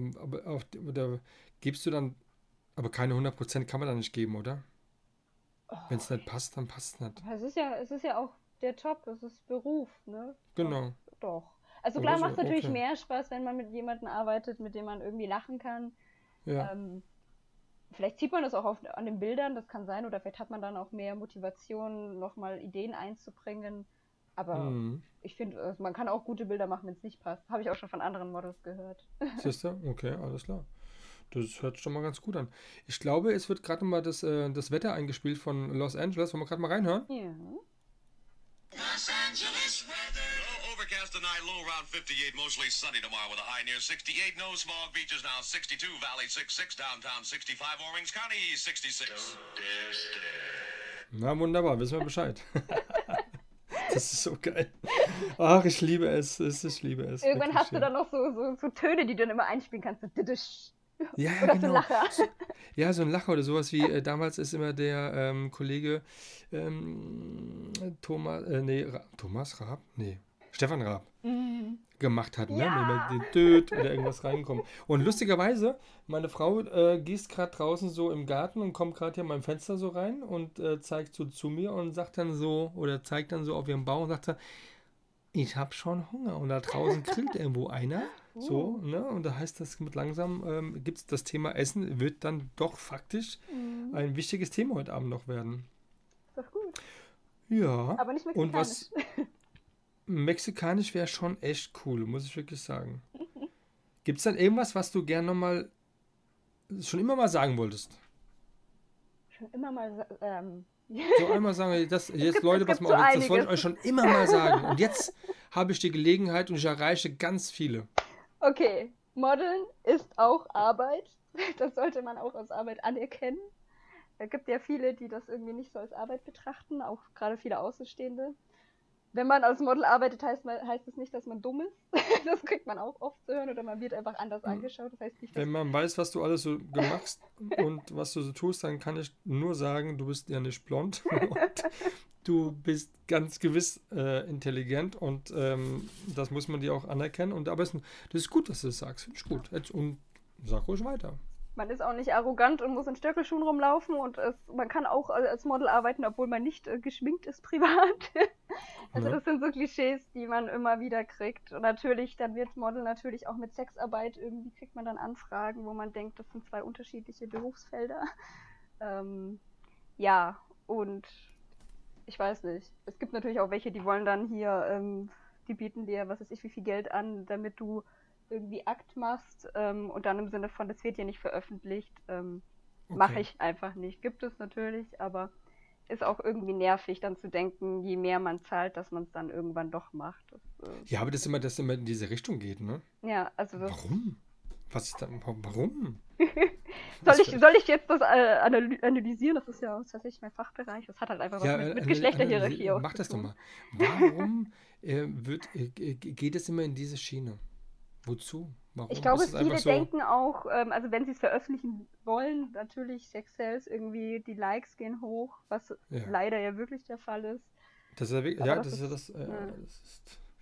S2: gibst du dann, aber keine 100% kann man da nicht geben, oder? Wenn es nicht passt, dann passt es nicht.
S3: Aber es ist ja auch der Job, es ist Beruf, ne?
S2: Genau.
S3: Doch. Also
S2: Oder
S3: klar
S2: so,
S3: macht es natürlich
S2: okay.
S3: mehr Spaß, wenn man mit jemandem arbeitet, mit dem man irgendwie lachen kann.
S2: Ja.
S3: Vielleicht sieht man das auch an den Bildern, das kann sein, oder vielleicht hat man dann auch mehr Motivation, nochmal Ideen einzubringen. Aber ich finde, man kann auch gute Bilder machen, wenn es nicht passt. Habe ich auch schon von anderen Models gehört.
S2: Siehst du? Okay, alles klar. Das hört schon mal ganz gut an. Ich glaube, es wird gerade mal das Wetter eingespielt von Los Angeles. Wollen wir gerade mal reinhören?
S3: Ja.
S4: Los Angeles weather. Oh, overcast tonight, low around 58, mostly sunny tomorrow with a high near 68. No smog, beaches now 62, Valley 66, downtown 65, Orange County 66.
S2: Na, wunderbar, wissen wir Bescheid. Das ist so geil. Ach, ich liebe es. Ich liebe es.
S3: Irgendwann
S2: Wirklich
S3: hast du
S2: schön.
S3: dann noch so Töne, die du dann immer einspielen kannst. So didisch.
S2: Ja,
S3: Oder so ein
S2: genau.
S3: Lacher.
S2: Ja, so ein Lacher oder sowas wie damals ist immer der Kollege Thomas Raab? Nee, Stefan Raab gemacht hat, ne?
S3: Ja.
S2: Wenn man den Död oder irgendwas reinkommt. Und lustigerweise, meine Frau gießt gerade draußen so im Garten und kommt gerade hier an meinem Fenster so rein und zeigt so zu mir und sagt dann so, oder zeigt dann so auf ihren Bauch und sagt so, ich habe schon Hunger und da draußen grillt irgendwo einer. So, ne? Und da heißt das mit langsam, gibt es das Thema Essen, wird dann doch faktisch ein wichtiges Thema heute Abend noch werden.
S3: Ist doch gut.
S2: Ja.
S3: Aber nicht
S2: Und
S3: mexikanisch.
S2: was mexikanisch wäre schon echt cool, muss ich wirklich sagen. Gibt es dann irgendwas, was du gern nochmal schon immer mal sagen wolltest?
S3: Schon immer mal.
S2: So einmal sagen, das, jetzt
S3: gibt-
S2: Leute,
S3: es
S2: pass
S3: gibt
S2: mal
S3: so
S2: auf, das wollte ich
S3: einiges.
S2: euch schon immer mal sagen. Und jetzt habe ich die Gelegenheit und ich erreiche ganz viele.
S3: Okay, Modeln ist auch Arbeit. Das sollte man auch als Arbeit anerkennen. Es gibt ja viele, die das irgendwie nicht so als Arbeit betrachten, auch gerade viele Außenstehende. Wenn man als Model arbeitet, heißt es nicht, dass man dumm ist. Das kriegt man auch oft zu hören oder man wird einfach anders angeschaut. Das heißt nicht, dass
S2: Wenn man weiß, was du alles so gemacht und was du so tust, dann kann ich nur sagen, du bist ja nicht blond und du bist ganz gewiss intelligent und das muss man dir auch anerkennen. Und aber das ist gut, dass du das sagst. Finde ich gut. Jetzt, und sag ruhig weiter.
S3: man ist auch nicht arrogant und muss in Stöckelschuhen rumlaufen und man kann auch als Model arbeiten, obwohl man nicht geschminkt ist privat. Also
S2: Ne?
S3: das sind so Klischees, die man immer wieder kriegt. Und natürlich, dann wird Model natürlich auch mit Sexarbeit, irgendwie kriegt man dann Anfragen, wo man denkt, das sind zwei unterschiedliche Berufsfelder. Ja, und ich weiß nicht. Es gibt natürlich auch welche, die wollen dann hier, die bieten dir, was weiß ich, wie viel Geld an, damit du irgendwie Akt machst und dann im Sinne von, das wird ja nicht veröffentlicht, mache
S2: Okay.
S3: ich einfach nicht. Gibt es natürlich, aber ist auch irgendwie nervig, dann zu denken, je mehr man zahlt, dass man es dann irgendwann doch macht.
S2: Ja, aber das immer in diese Richtung geht, ne?
S3: Ja, also das.
S2: Warum? Was ist dann, warum?
S3: Soll ich jetzt das analysieren? Das ist ja tatsächlich mein Fachbereich. Das hat halt einfach was mit Geschlechterhierarchie auch
S2: mach
S3: zu
S2: das doch
S3: tun.
S2: mal. Warum geht es immer in diese Schiene? Wozu? Warum?
S3: Ich glaube,
S2: Ist es
S3: viele
S2: einfach so?
S3: denken auch, also wenn sie es veröffentlichen wollen, natürlich Sex Sales, irgendwie die Likes gehen hoch, was
S2: Ja.
S3: leider ja wirklich der Fall ist.
S2: Das ist ja,
S3: Aber
S2: ja,
S3: das
S2: das ist ja
S3: ist-
S2: das.
S3: ja.
S2: Das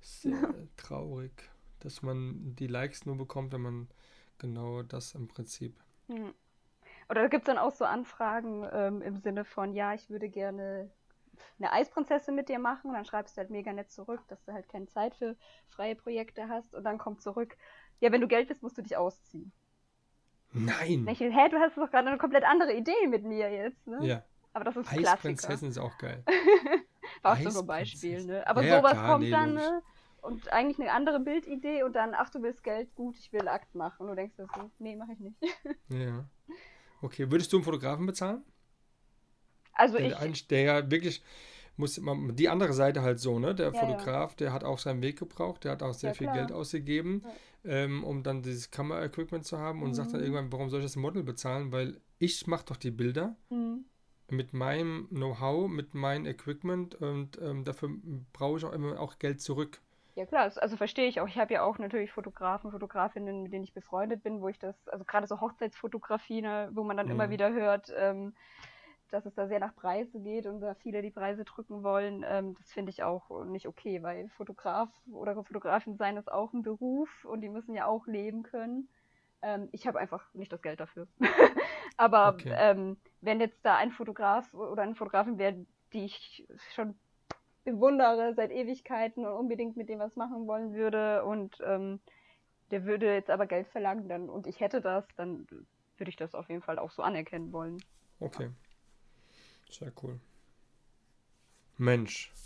S2: Sehr traurig, dass man die Likes nur bekommt, wenn man genau das im Prinzip.
S3: Hm. Oder gibt es dann auch so Anfragen im Sinne von, ja, ich würde gerne eine Eisprinzessin mit dir machen, und dann schreibst du halt mega nett zurück, dass du halt keine Zeit für freie Projekte hast, und dann kommt zurück, ja, wenn du Geld willst, musst du dich ausziehen.
S2: Nein!
S3: Und ich, hä, du hast doch gerade eine komplett andere Idee mit mir jetzt, ne?
S2: Ja.
S3: Aber das ist ein Klassiker.
S2: Eisprinzessin ist auch geil.
S3: War auch so nur ein Beispiel,
S2: Eisprinzessin.
S3: ne? Aber
S2: Ja,
S3: sowas
S2: klar,
S3: kommt
S2: nee,
S3: dann,
S2: logisch.
S3: ne? Und eigentlich eine andere Bildidee und dann, ach, du willst Geld, gut, ich will Akt machen. Und du denkst dir so, nee, mach ich nicht.
S2: Ja. Okay, würdest du einen Fotografen bezahlen?
S3: Also
S2: Der ja wirklich, muss man, die andere Seite halt so, ne? Der
S3: Ja,
S2: Fotograf, der hat auch seinen Weg gebraucht, der hat auch sehr
S3: Ja,
S2: viel
S3: klar.
S2: Geld ausgegeben, um dann dieses Kamera-Equipment zu haben und sagt dann
S3: Mhm.
S2: irgendwann, warum soll ich das Model bezahlen? Weil ich mache doch die Bilder mit meinem Know-how, mit meinem Equipment und dafür brauche ich auch immer auch Geld zurück.
S3: Ja klar, also verstehe ich auch. Ich habe ja auch natürlich Fotografen, Fotografinnen, mit denen ich befreundet bin, wo ich das, also gerade so Hochzeitsfotografie, ne, wo man dann immer wieder hört, dass es da sehr nach Preise geht und da viele die Preise drücken wollen. Das finde ich auch nicht okay, weil Fotograf oder Fotografin sein ist auch ein Beruf und die müssen ja auch leben können. Ich habe einfach nicht das Geld dafür. Aber
S2: Okay.
S3: wenn jetzt da ein Fotograf oder eine Fotografin wäre, die ich schon bewundere seit Ewigkeiten und unbedingt mit dem was machen wollen würde und der würde jetzt aber Geld verlangen dann, und ich hätte das, dann würde ich das auf jeden Fall auch so anerkennen wollen.
S2: Okay. Sehr cool. Mensch.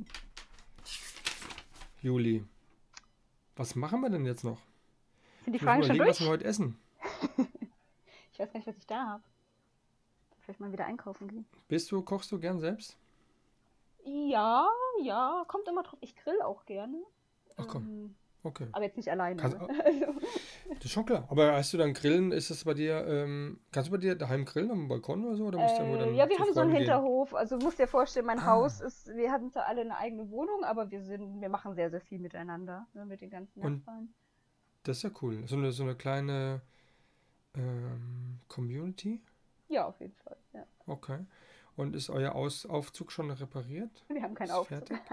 S2: Juli. Was machen wir denn jetzt noch?
S3: Sind die
S2: Ich muss
S3: Fragen schon
S2: überlegen, was wir
S3: durch?
S2: heute essen.
S3: Ich weiß gar nicht, was ich da habe. Vielleicht mal wieder einkaufen gehen.
S2: Kochst du gern selbst?
S3: Ja, kommt immer drauf. Ich grill auch gerne.
S2: Ach komm. Okay.
S3: Aber jetzt nicht alleine.
S2: Kannst-
S3: Ne? Also,
S2: Das ist schon klar. Aber hast du dann Grillen, ist das bei dir, kannst du bei dir daheim grillen am Balkon oder so? Oder musst du irgendwo dann
S3: ja, wir
S2: zu
S3: haben so einen
S2: Freunden gehen?
S3: Hinterhof. Also du musst dir vorstellen, mein
S2: Ah.
S3: Haus ist, wir hatten zwar alle eine eigene Wohnung, aber wir machen sehr, sehr viel miteinander, ne, mit den ganzen
S2: Und-
S3: Nachbarn.
S2: Das ist ja cool. So eine kleine Community?
S3: Ja, auf jeden Fall. Ja.
S2: Okay. Und ist euer Aufzug schon repariert?
S3: Wir haben keinen
S2: Ist
S3: Aufzug.
S2: fertig?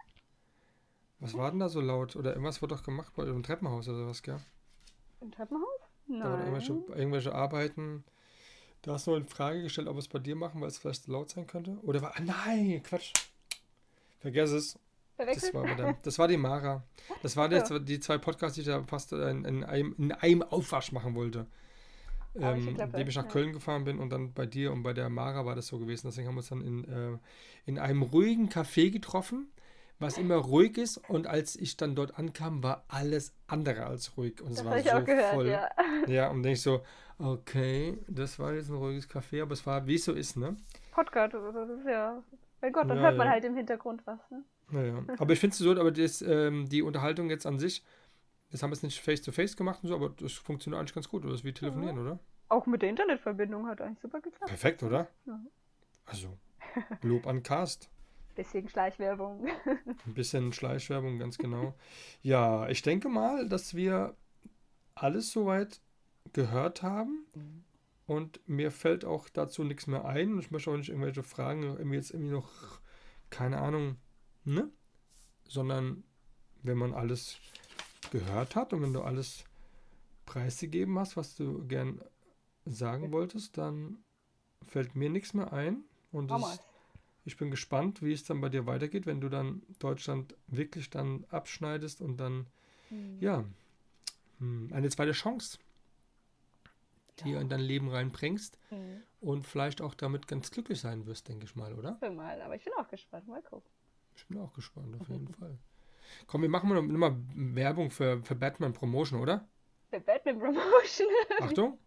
S2: Was war denn da so laut? Oder irgendwas wurde doch gemacht bei einem Treppenhaus oder was, gell?
S3: Im Treppenhaus?
S2: Da waren
S3: Nein.
S2: irgendwelche Arbeiten. Da hast du mal in Frage gestellt, ob wir es bei dir machen, weil es vielleicht laut sein könnte. Oder war. Ah, nein, Quatsch. Vergiss es.
S3: Verwechselt?
S2: Das war die Mara. Das waren
S3: Ach so.
S2: jetzt die zwei Podcasts, die ich da fast in einem Aufwasch machen wollte.
S3: Aber ich glaube,
S2: Indem ich nach
S3: ja.
S2: Köln gefahren bin und dann bei dir und bei der Mara war das so gewesen. Deswegen haben wir uns dann in einem ruhigen Café getroffen, was immer ruhig ist. Und als ich dann dort ankam, war alles andere als ruhig. Und es
S3: Das
S2: war
S3: habe ich
S2: so
S3: auch gehört,
S2: voll.
S3: ja.
S2: Ja, und denke ich so, okay, das war jetzt ein ruhiges Café, aber es war, wie es so ist, ne?
S3: Podcast, das ist ja. Mein Gott, dann
S2: Ja,
S3: hört man
S2: ja.
S3: halt im Hintergrund was, ne?
S2: Naja. Aber ich finde es so, aber die Unterhaltung jetzt an sich, das haben wir jetzt nicht face-to-face gemacht und so, aber das funktioniert eigentlich ganz gut, oder? Das ist wie telefonieren, oder?
S3: Auch mit der Internetverbindung hat eigentlich super geklappt.
S2: Perfekt, oder?
S3: Ja.
S2: Also, Lob an Cast.
S3: Deswegen Schleichwerbung.
S2: Ein bisschen Schleichwerbung, ganz genau. Ja, ich denke mal, dass wir alles soweit gehört haben und mir fällt auch dazu nichts mehr ein. Ich möchte auch nicht irgendwelche Fragen irgendwie noch, keine Ahnung, ne? Sondern wenn man alles gehört hat und wenn du alles preisgegeben hast, was du gern sagen wolltest, dann fällt mir nichts mehr ein. Und ich bin gespannt, wie es dann bei dir weitergeht, wenn du dann Deutschland wirklich dann abschneidest und dann, ja, eine zweite Chance dir in dein Leben reinbringst und vielleicht auch damit ganz glücklich sein wirst, denke ich mal, oder?
S3: Mal, aber ich bin auch gespannt. Mal gucken.
S2: Ich bin auch gespannt, auf jeden Fall. Komm, wir machen noch mal Werbung für Batman Promotion, oder?
S3: Für Batman Promotion.
S2: Achtung.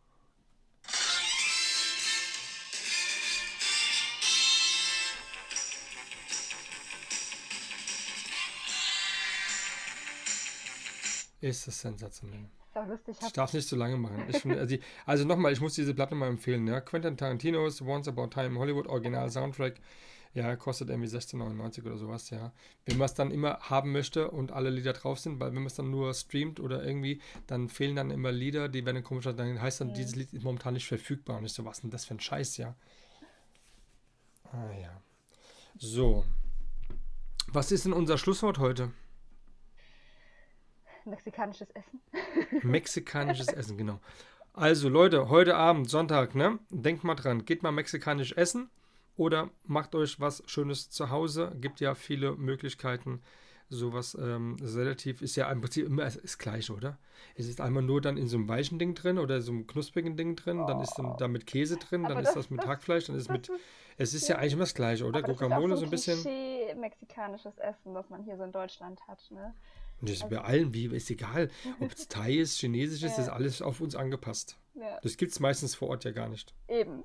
S2: Ist das sensationell.
S3: Ist auch lustig.
S2: Ich darf es nicht zu lange machen. Ich finde, also nochmal, ich muss diese Platte mal empfehlen. Ja? Quentin Tarantinos Once Upon a Time in Hollywood Original Soundtrack. Ja, kostet irgendwie 16,99 oder sowas, ja. Wenn man es dann immer haben möchte und alle Lieder drauf sind, weil wenn man es dann nur streamt oder irgendwie, dann fehlen dann immer Lieder, die werden komisch, dann heißt dann, dieses Lied ist momentan nicht verfügbar. Und ich so, was ist denn das für ein Scheiß, ja? Ah ja. So. Was ist denn unser Schlusswort heute?
S3: Mexikanisches Essen.
S2: Mexikanisches Essen, genau. Also Leute, heute Abend, Sonntag, ne? Denkt mal dran, geht mal mexikanisch essen oder macht euch was Schönes zu Hause. Gibt ja viele Möglichkeiten. Sowas relativ, ist ja im Prinzip immer das Gleiche, oder? Es ist einmal nur dann in so einem weichen Ding drin oder so einem knusprigen Ding drin, dann ist dann da mit Käse drin, dann
S3: Aber
S2: ist das mit Hackfleisch, dann ist mit, es ist ja eigentlich immer das Gleiche, oder?
S3: Aber das ist
S2: Guacamole
S3: auch
S2: so ein bisschen.
S3: Klischee-mexikanisches Essen, was man hier so in Deutschland hat, ne?
S2: Und das ist bei allen, wie, ist egal, ob es Thai ist, Chinesisch ist,
S3: Ja.
S2: ist alles auf uns angepasst.
S3: Ja,
S2: Das gibt es meistens vor Ort ja gar nicht.
S3: eben.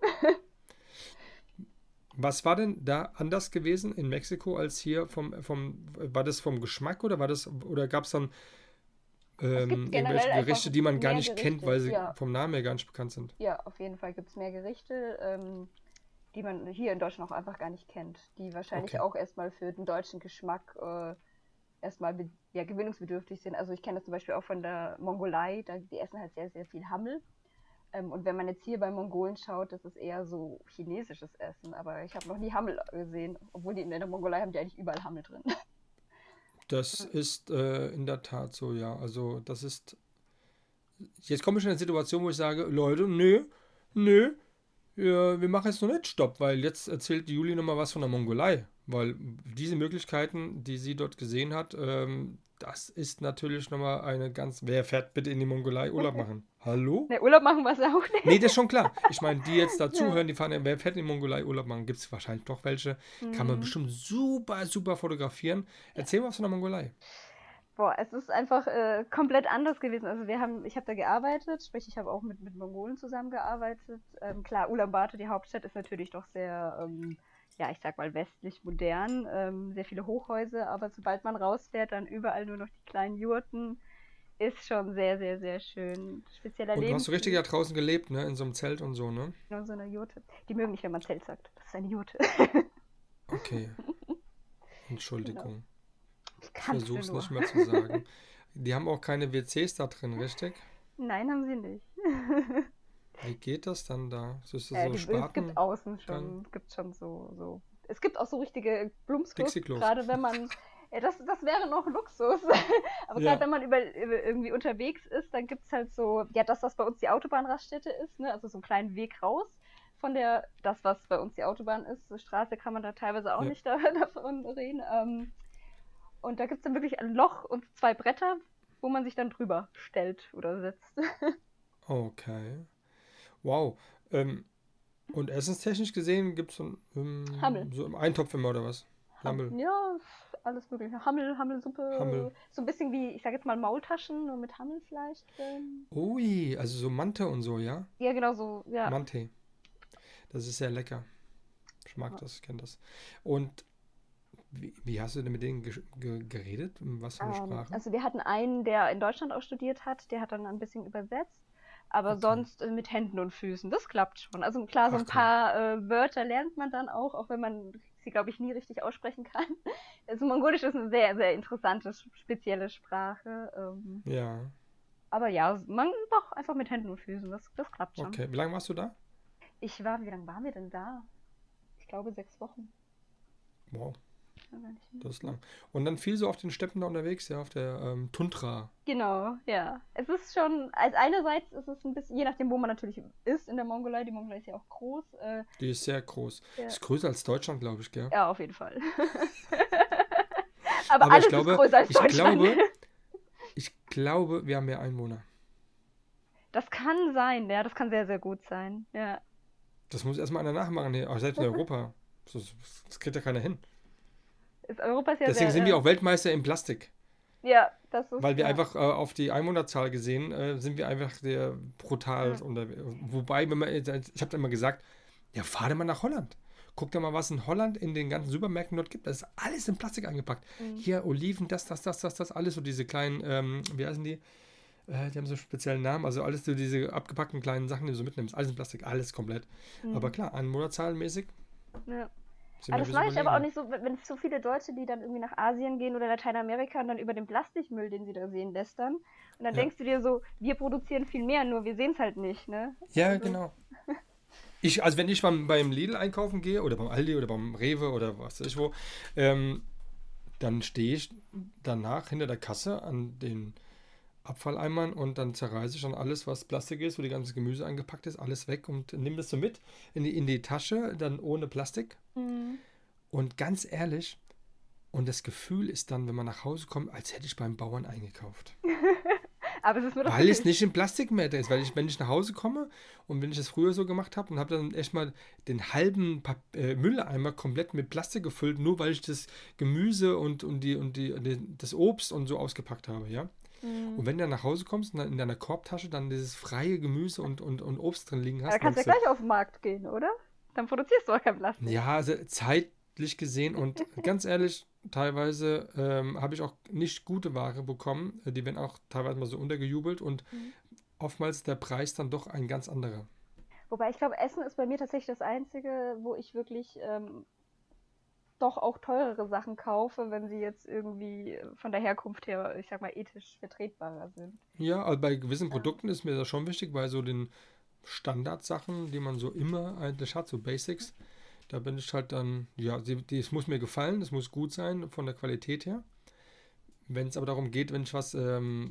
S2: Was war denn da anders gewesen in Mexiko als hier war das vom Geschmack oder gab es dann
S3: gibt generell
S2: irgendwelche
S3: einfach
S2: Gerichte, die man gar
S3: mehr
S2: nicht kennt,
S3: Gerichte,
S2: weil sie
S3: ja.
S2: vom Namen her gar nicht bekannt sind?
S3: Ja, auf jeden Fall gibt es mehr Gerichte, die man hier in Deutschland auch einfach gar nicht kennt. Die wahrscheinlich
S2: Okay.
S3: auch erstmal für den deutschen Geschmack erstmal gewinnungsbedürftig sind. Also ich kenne das zum Beispiel auch von der Mongolei, die essen halt sehr, sehr viel Hammel. Und wenn man jetzt hier bei Mongolen schaut, das ist eher so chinesisches Essen. Aber ich habe noch nie Hammel gesehen, obwohl die in der Mongolei haben die eigentlich überall Hammel drin.
S2: Das ist in der Tat so, ja. Also das ist, jetzt komme ich in eine Situation, wo ich sage, Leute, nö, wir machen jetzt noch nicht Stopp, weil jetzt erzählt die Juli nochmal was von der Mongolei. Weil diese Möglichkeiten, die sie dort gesehen hat, das ist natürlich nochmal eine ganz... Wer fährt bitte in die Mongolei Urlaub machen? Hallo?
S3: Der Urlaub machen wir es auch nicht.
S2: Nee, das ist schon klar. Ich meine, die jetzt dazuhören, die fahren, wer fährt in die Mongolei Urlaub machen? Gibt es wahrscheinlich doch welche. Kann man bestimmt super, super fotografieren. Erzähl mal was von der Mongolei.
S3: Boah, es ist einfach komplett anders gewesen. Also ich habe da gearbeitet, sprich ich habe auch mit Mongolen zusammengearbeitet. Klar, Ulaanbaatar, die Hauptstadt, ist natürlich doch sehr, ja, ich sag mal westlich modern, sehr viele Hochhäuser, aber sobald man rausfährt, dann überall nur noch die kleinen Jurten. Ist schon sehr, sehr, sehr schön. Spezieller
S2: Und du hast so
S3: Lebensstil.
S2: richtig da draußen gelebt, ne? In so einem Zelt und so, ne?
S3: Genau, so eine Jurte. Die mögen nicht, wenn man Zelt sagt. Das ist eine Jurte.
S2: Okay. Entschuldigung. Ich
S3: Kannst du
S2: versuch's
S3: nur.
S2: nicht mehr zu sagen. Die haben auch keine WCs da drin, richtig?
S3: Nein, haben sie nicht.
S2: Wie geht das dann da? Ist das so
S3: Es
S2: Spaten?
S3: gibt außen schon, es gibt schon so. Es gibt auch so richtige Plumpsklos,
S2: Dixie-Klos.
S3: gerade wenn man. Ja, das wäre noch Luxus. Aber
S2: Ja.
S3: gerade wenn man irgendwie unterwegs ist, dann gibt es halt so, ja, das, was bei uns die Autobahnraststätte ist, ne? Also so einen kleinen Weg raus von das, was bei uns die Autobahn ist. So Straße kann man da teilweise auch
S2: Ja.
S3: nicht davon reden. Und da gibt es dann wirklich ein Loch und 2 Bretter, wo man sich dann drüber stellt oder setzt.
S2: Okay. Wow. Und essenstechnisch gesehen gibt es so,
S3: Hammel.
S2: so im Eintopf immer oder was? Hammel.
S3: Ja, alles mögliche. Hammelsuppe.
S2: Hammel.
S3: So ein bisschen wie, ich sag jetzt mal Maultaschen, nur mit Hammelfleisch drin.
S2: Ui, also so Mante und so, ja?
S3: Ja, genau so, ja.
S2: Mante. Das ist sehr lecker. Ich mag das, ich kenne das. Und wie hast du denn mit denen geredet? Was für eine Sprache?
S3: Also wir hatten einen, der in Deutschland auch studiert hat, der hat dann ein bisschen übersetzt. Aber
S2: Okay.
S3: sonst mit Händen und Füßen, das klappt schon. Also klar, so ein
S2: Ach,
S3: paar Wörter lernt man dann auch wenn man sie, glaube ich, nie richtig aussprechen kann. Also Mongolisch ist eine sehr, sehr interessante, spezielle Sprache.
S2: Ja,
S3: Aber ja, man doch einfach mit Händen und Füßen, das klappt schon.
S2: okay. Wie lange warst du da?
S3: Wie lange waren wir denn da? Ich glaube 6 Wochen.
S2: Wow,
S3: Ja, gar nicht.
S2: das ist lang. Und dann viel so auf den Steppen da unterwegs, ja, auf der Tundra.
S3: Genau, ja. Es ist schon, als einerseits ist es ein bisschen, je nachdem, wo man natürlich ist in der Mongolei, die Mongolei ist ja auch groß.
S2: Die ist sehr groß.
S3: Ja.
S2: Ist größer als Deutschland, glaube ich, gell?
S3: Ja, auf jeden Fall. Aber
S2: Aber
S3: alles
S2: ich glaube,
S3: ist größer als Deutschland.
S2: ich glaube, wir haben mehr Einwohner.
S3: Das kann sein, ja, das kann sehr, sehr gut sein. Ja.
S2: Das muss erstmal einer nachmachen, hier, auch selbst in Europa. Das kriegt ja keiner hin.
S3: Europa ist ja
S2: Deswegen
S3: sehr,
S2: sind wir auch Weltmeister in Plastik.
S3: Ja, das ist.
S2: Weil wir
S3: ja.
S2: einfach auf die Einwohnerzahl gesehen, sind wir einfach sehr brutal. Wobei, wenn man, ich habe immer gesagt, ja, fahr doch mal nach Holland. Guck dir mal, was in Holland in den ganzen Supermärkten dort gibt. Das ist alles in Plastik eingepackt. Hier Oliven, das, alles so diese kleinen, wie heißen die? Die haben so einen speziellen Namen. Also alles so diese abgepackten kleinen Sachen, die du so mitnimmst. Alles in Plastik, alles komplett. Aber klar, Einwohnerzahlenmäßig
S3: Ja.
S2: sind
S3: Aber
S2: wir
S3: das mache ich aber auch
S2: überlegen.
S3: nicht so, wenn so viele Deutsche, die dann irgendwie nach Asien gehen oder Lateinamerika und dann über den Plastikmüll, den sie da sehen, lästern. Und dann
S2: Ja.
S3: denkst du dir so, wir produzieren viel mehr, nur wir sehen es halt nicht, ne?
S2: Ja, genau. Also wenn ich beim Lidl einkaufen gehe oder beim Aldi oder beim Rewe oder was weiß ich wo, dann stehe ich danach hinter der Kasse an den Abfalleimern und dann zerreiße ich dann alles, was Plastik ist, wo die ganze Gemüse eingepackt ist, alles weg und nehme das so mit in die Tasche, dann ohne Plastik. Und ganz ehrlich, und das Gefühl ist dann, wenn man nach Hause kommt, als hätte ich beim Bauern eingekauft.
S3: Aber es ist nur das
S2: Weil es nicht in Plastik mehr ist. Weil wenn ich nach Hause komme und wenn ich das früher so gemacht habe und habe dann echt mal den halben Mülleimer komplett mit Plastik gefüllt, nur weil ich das Gemüse und das Obst und so ausgepackt habe, ja. Und wenn du dann nach Hause kommst und dann in deiner Korbtasche dann dieses freie Gemüse und Obst drin liegen hast.
S3: Da kannst du ja gleich auf den Markt gehen, oder? Dann produzierst du auch kein Plastik.
S2: Ja, also zeitlich gesehen und ganz ehrlich, teilweise habe ich auch nicht gute Ware bekommen. Die werden auch teilweise mal so untergejubelt und oftmals der Preis dann doch ein ganz anderer.
S3: Wobei ich glaube, Essen ist bei mir tatsächlich das Einzige, wo ich wirklich doch auch teurere Sachen kaufe, wenn sie jetzt irgendwie von der Herkunft her, ich sag mal, ethisch vertretbarer sind.
S2: Ja, also bei gewissen Produkten ist mir das schon wichtig, bei so den Standardsachen, die man so immer eigentlich hat, so Basics, da bin ich halt dann, ja, es muss mir gefallen, es muss gut sein von der Qualität her. Wenn es aber darum geht, wenn ich was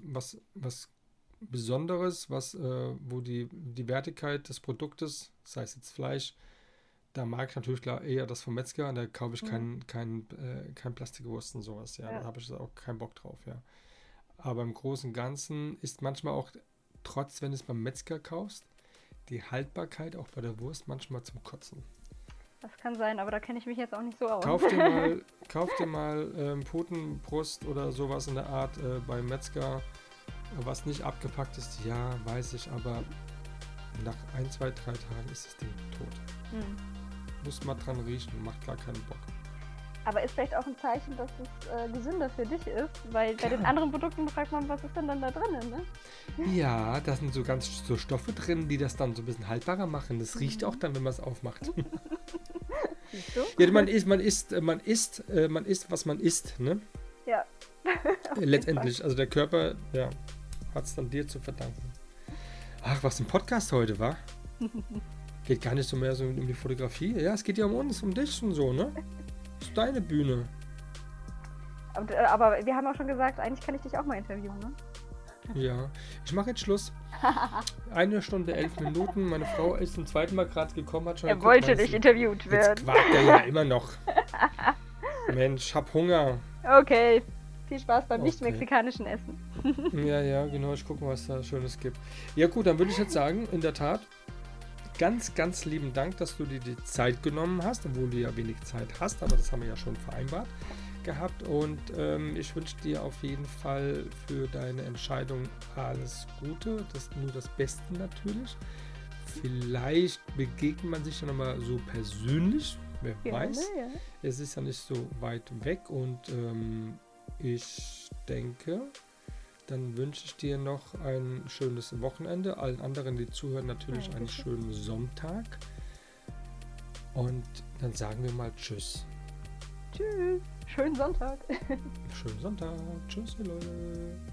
S2: Besonderes, wo die Wertigkeit des Produktes, sei es jetzt Fleisch, da mag ich natürlich klar eher das vom Metzger, da kaufe ich kein Plastikwurst und sowas, ja, da habe ich auch keinen Bock drauf, ja. Aber im Großen und Ganzen ist manchmal auch, trotz wenn du es beim Metzger kaufst, die Haltbarkeit auch bei der Wurst manchmal zum Kotzen.
S3: Das kann sein, aber da kenne ich mich jetzt auch nicht so aus.
S2: Kauf dir mal Putenbrust oder sowas in der Art beim Metzger, was nicht abgepackt ist, ja, weiß ich, aber nach 1, 2, 3 Tagen ist das Ding tot. Muss mal dran riechen, macht gar keinen Bock.
S3: Aber ist vielleicht auch ein Zeichen, dass es gesünder für dich ist, weil bei den anderen Produkten fragt man, was ist denn dann da drin, ne?
S2: Ja, da sind so ganz so Stoffe drin, die das dann so ein bisschen haltbarer machen. Das riecht auch dann, wenn man es aufmacht.
S3: Siehst du?
S2: Ja, man isst, was man isst, ne?
S3: Ja.
S2: Letztendlich, also der Körper, ja, hat es dann dir zu verdanken. Ach, was ein Podcast heute war. Geht gar nicht so mehr so um die Fotografie. Ja, es geht ja um uns, um dich und so, ne? Das ist deine Bühne.
S3: Aber wir haben auch schon gesagt, eigentlich kann ich dich auch mal interviewen, ne?
S2: Ja, ich mache jetzt Schluss. 1 Stunde 11 Minuten. Meine Frau ist zum zweiten Mal gerade gekommen, hat schon
S3: Er wollte nicht interviewt werden.
S2: Jetzt quakt er ja immer noch. Mensch, hab Hunger.
S3: Okay, viel Spaß beim
S2: Okay.
S3: nicht-mexikanischen Essen.
S2: Ja, genau. Ich gucke mal, was da Schönes gibt. Ja gut, dann würde ich jetzt sagen, in der Tat, ganz, ganz lieben Dank, dass du dir die Zeit genommen hast, obwohl du ja wenig Zeit hast, aber das haben wir ja schon vereinbart gehabt. Und ich wünsche dir auf jeden Fall für deine Entscheidung alles Gute, nur das Beste natürlich. Vielleicht begegnet man sich ja nochmal so persönlich, wer weiß.
S3: Ja.
S2: Es ist ja nicht so weit weg und ich denke, dann wünsche ich dir noch ein schönes Wochenende. Allen anderen, die zuhören, natürlich einen schönen Sonntag. Und dann sagen wir mal Tschüss.
S3: Tschüss. Schönen Sonntag.
S2: Schönen Sonntag. Tschüss, ihr Leute.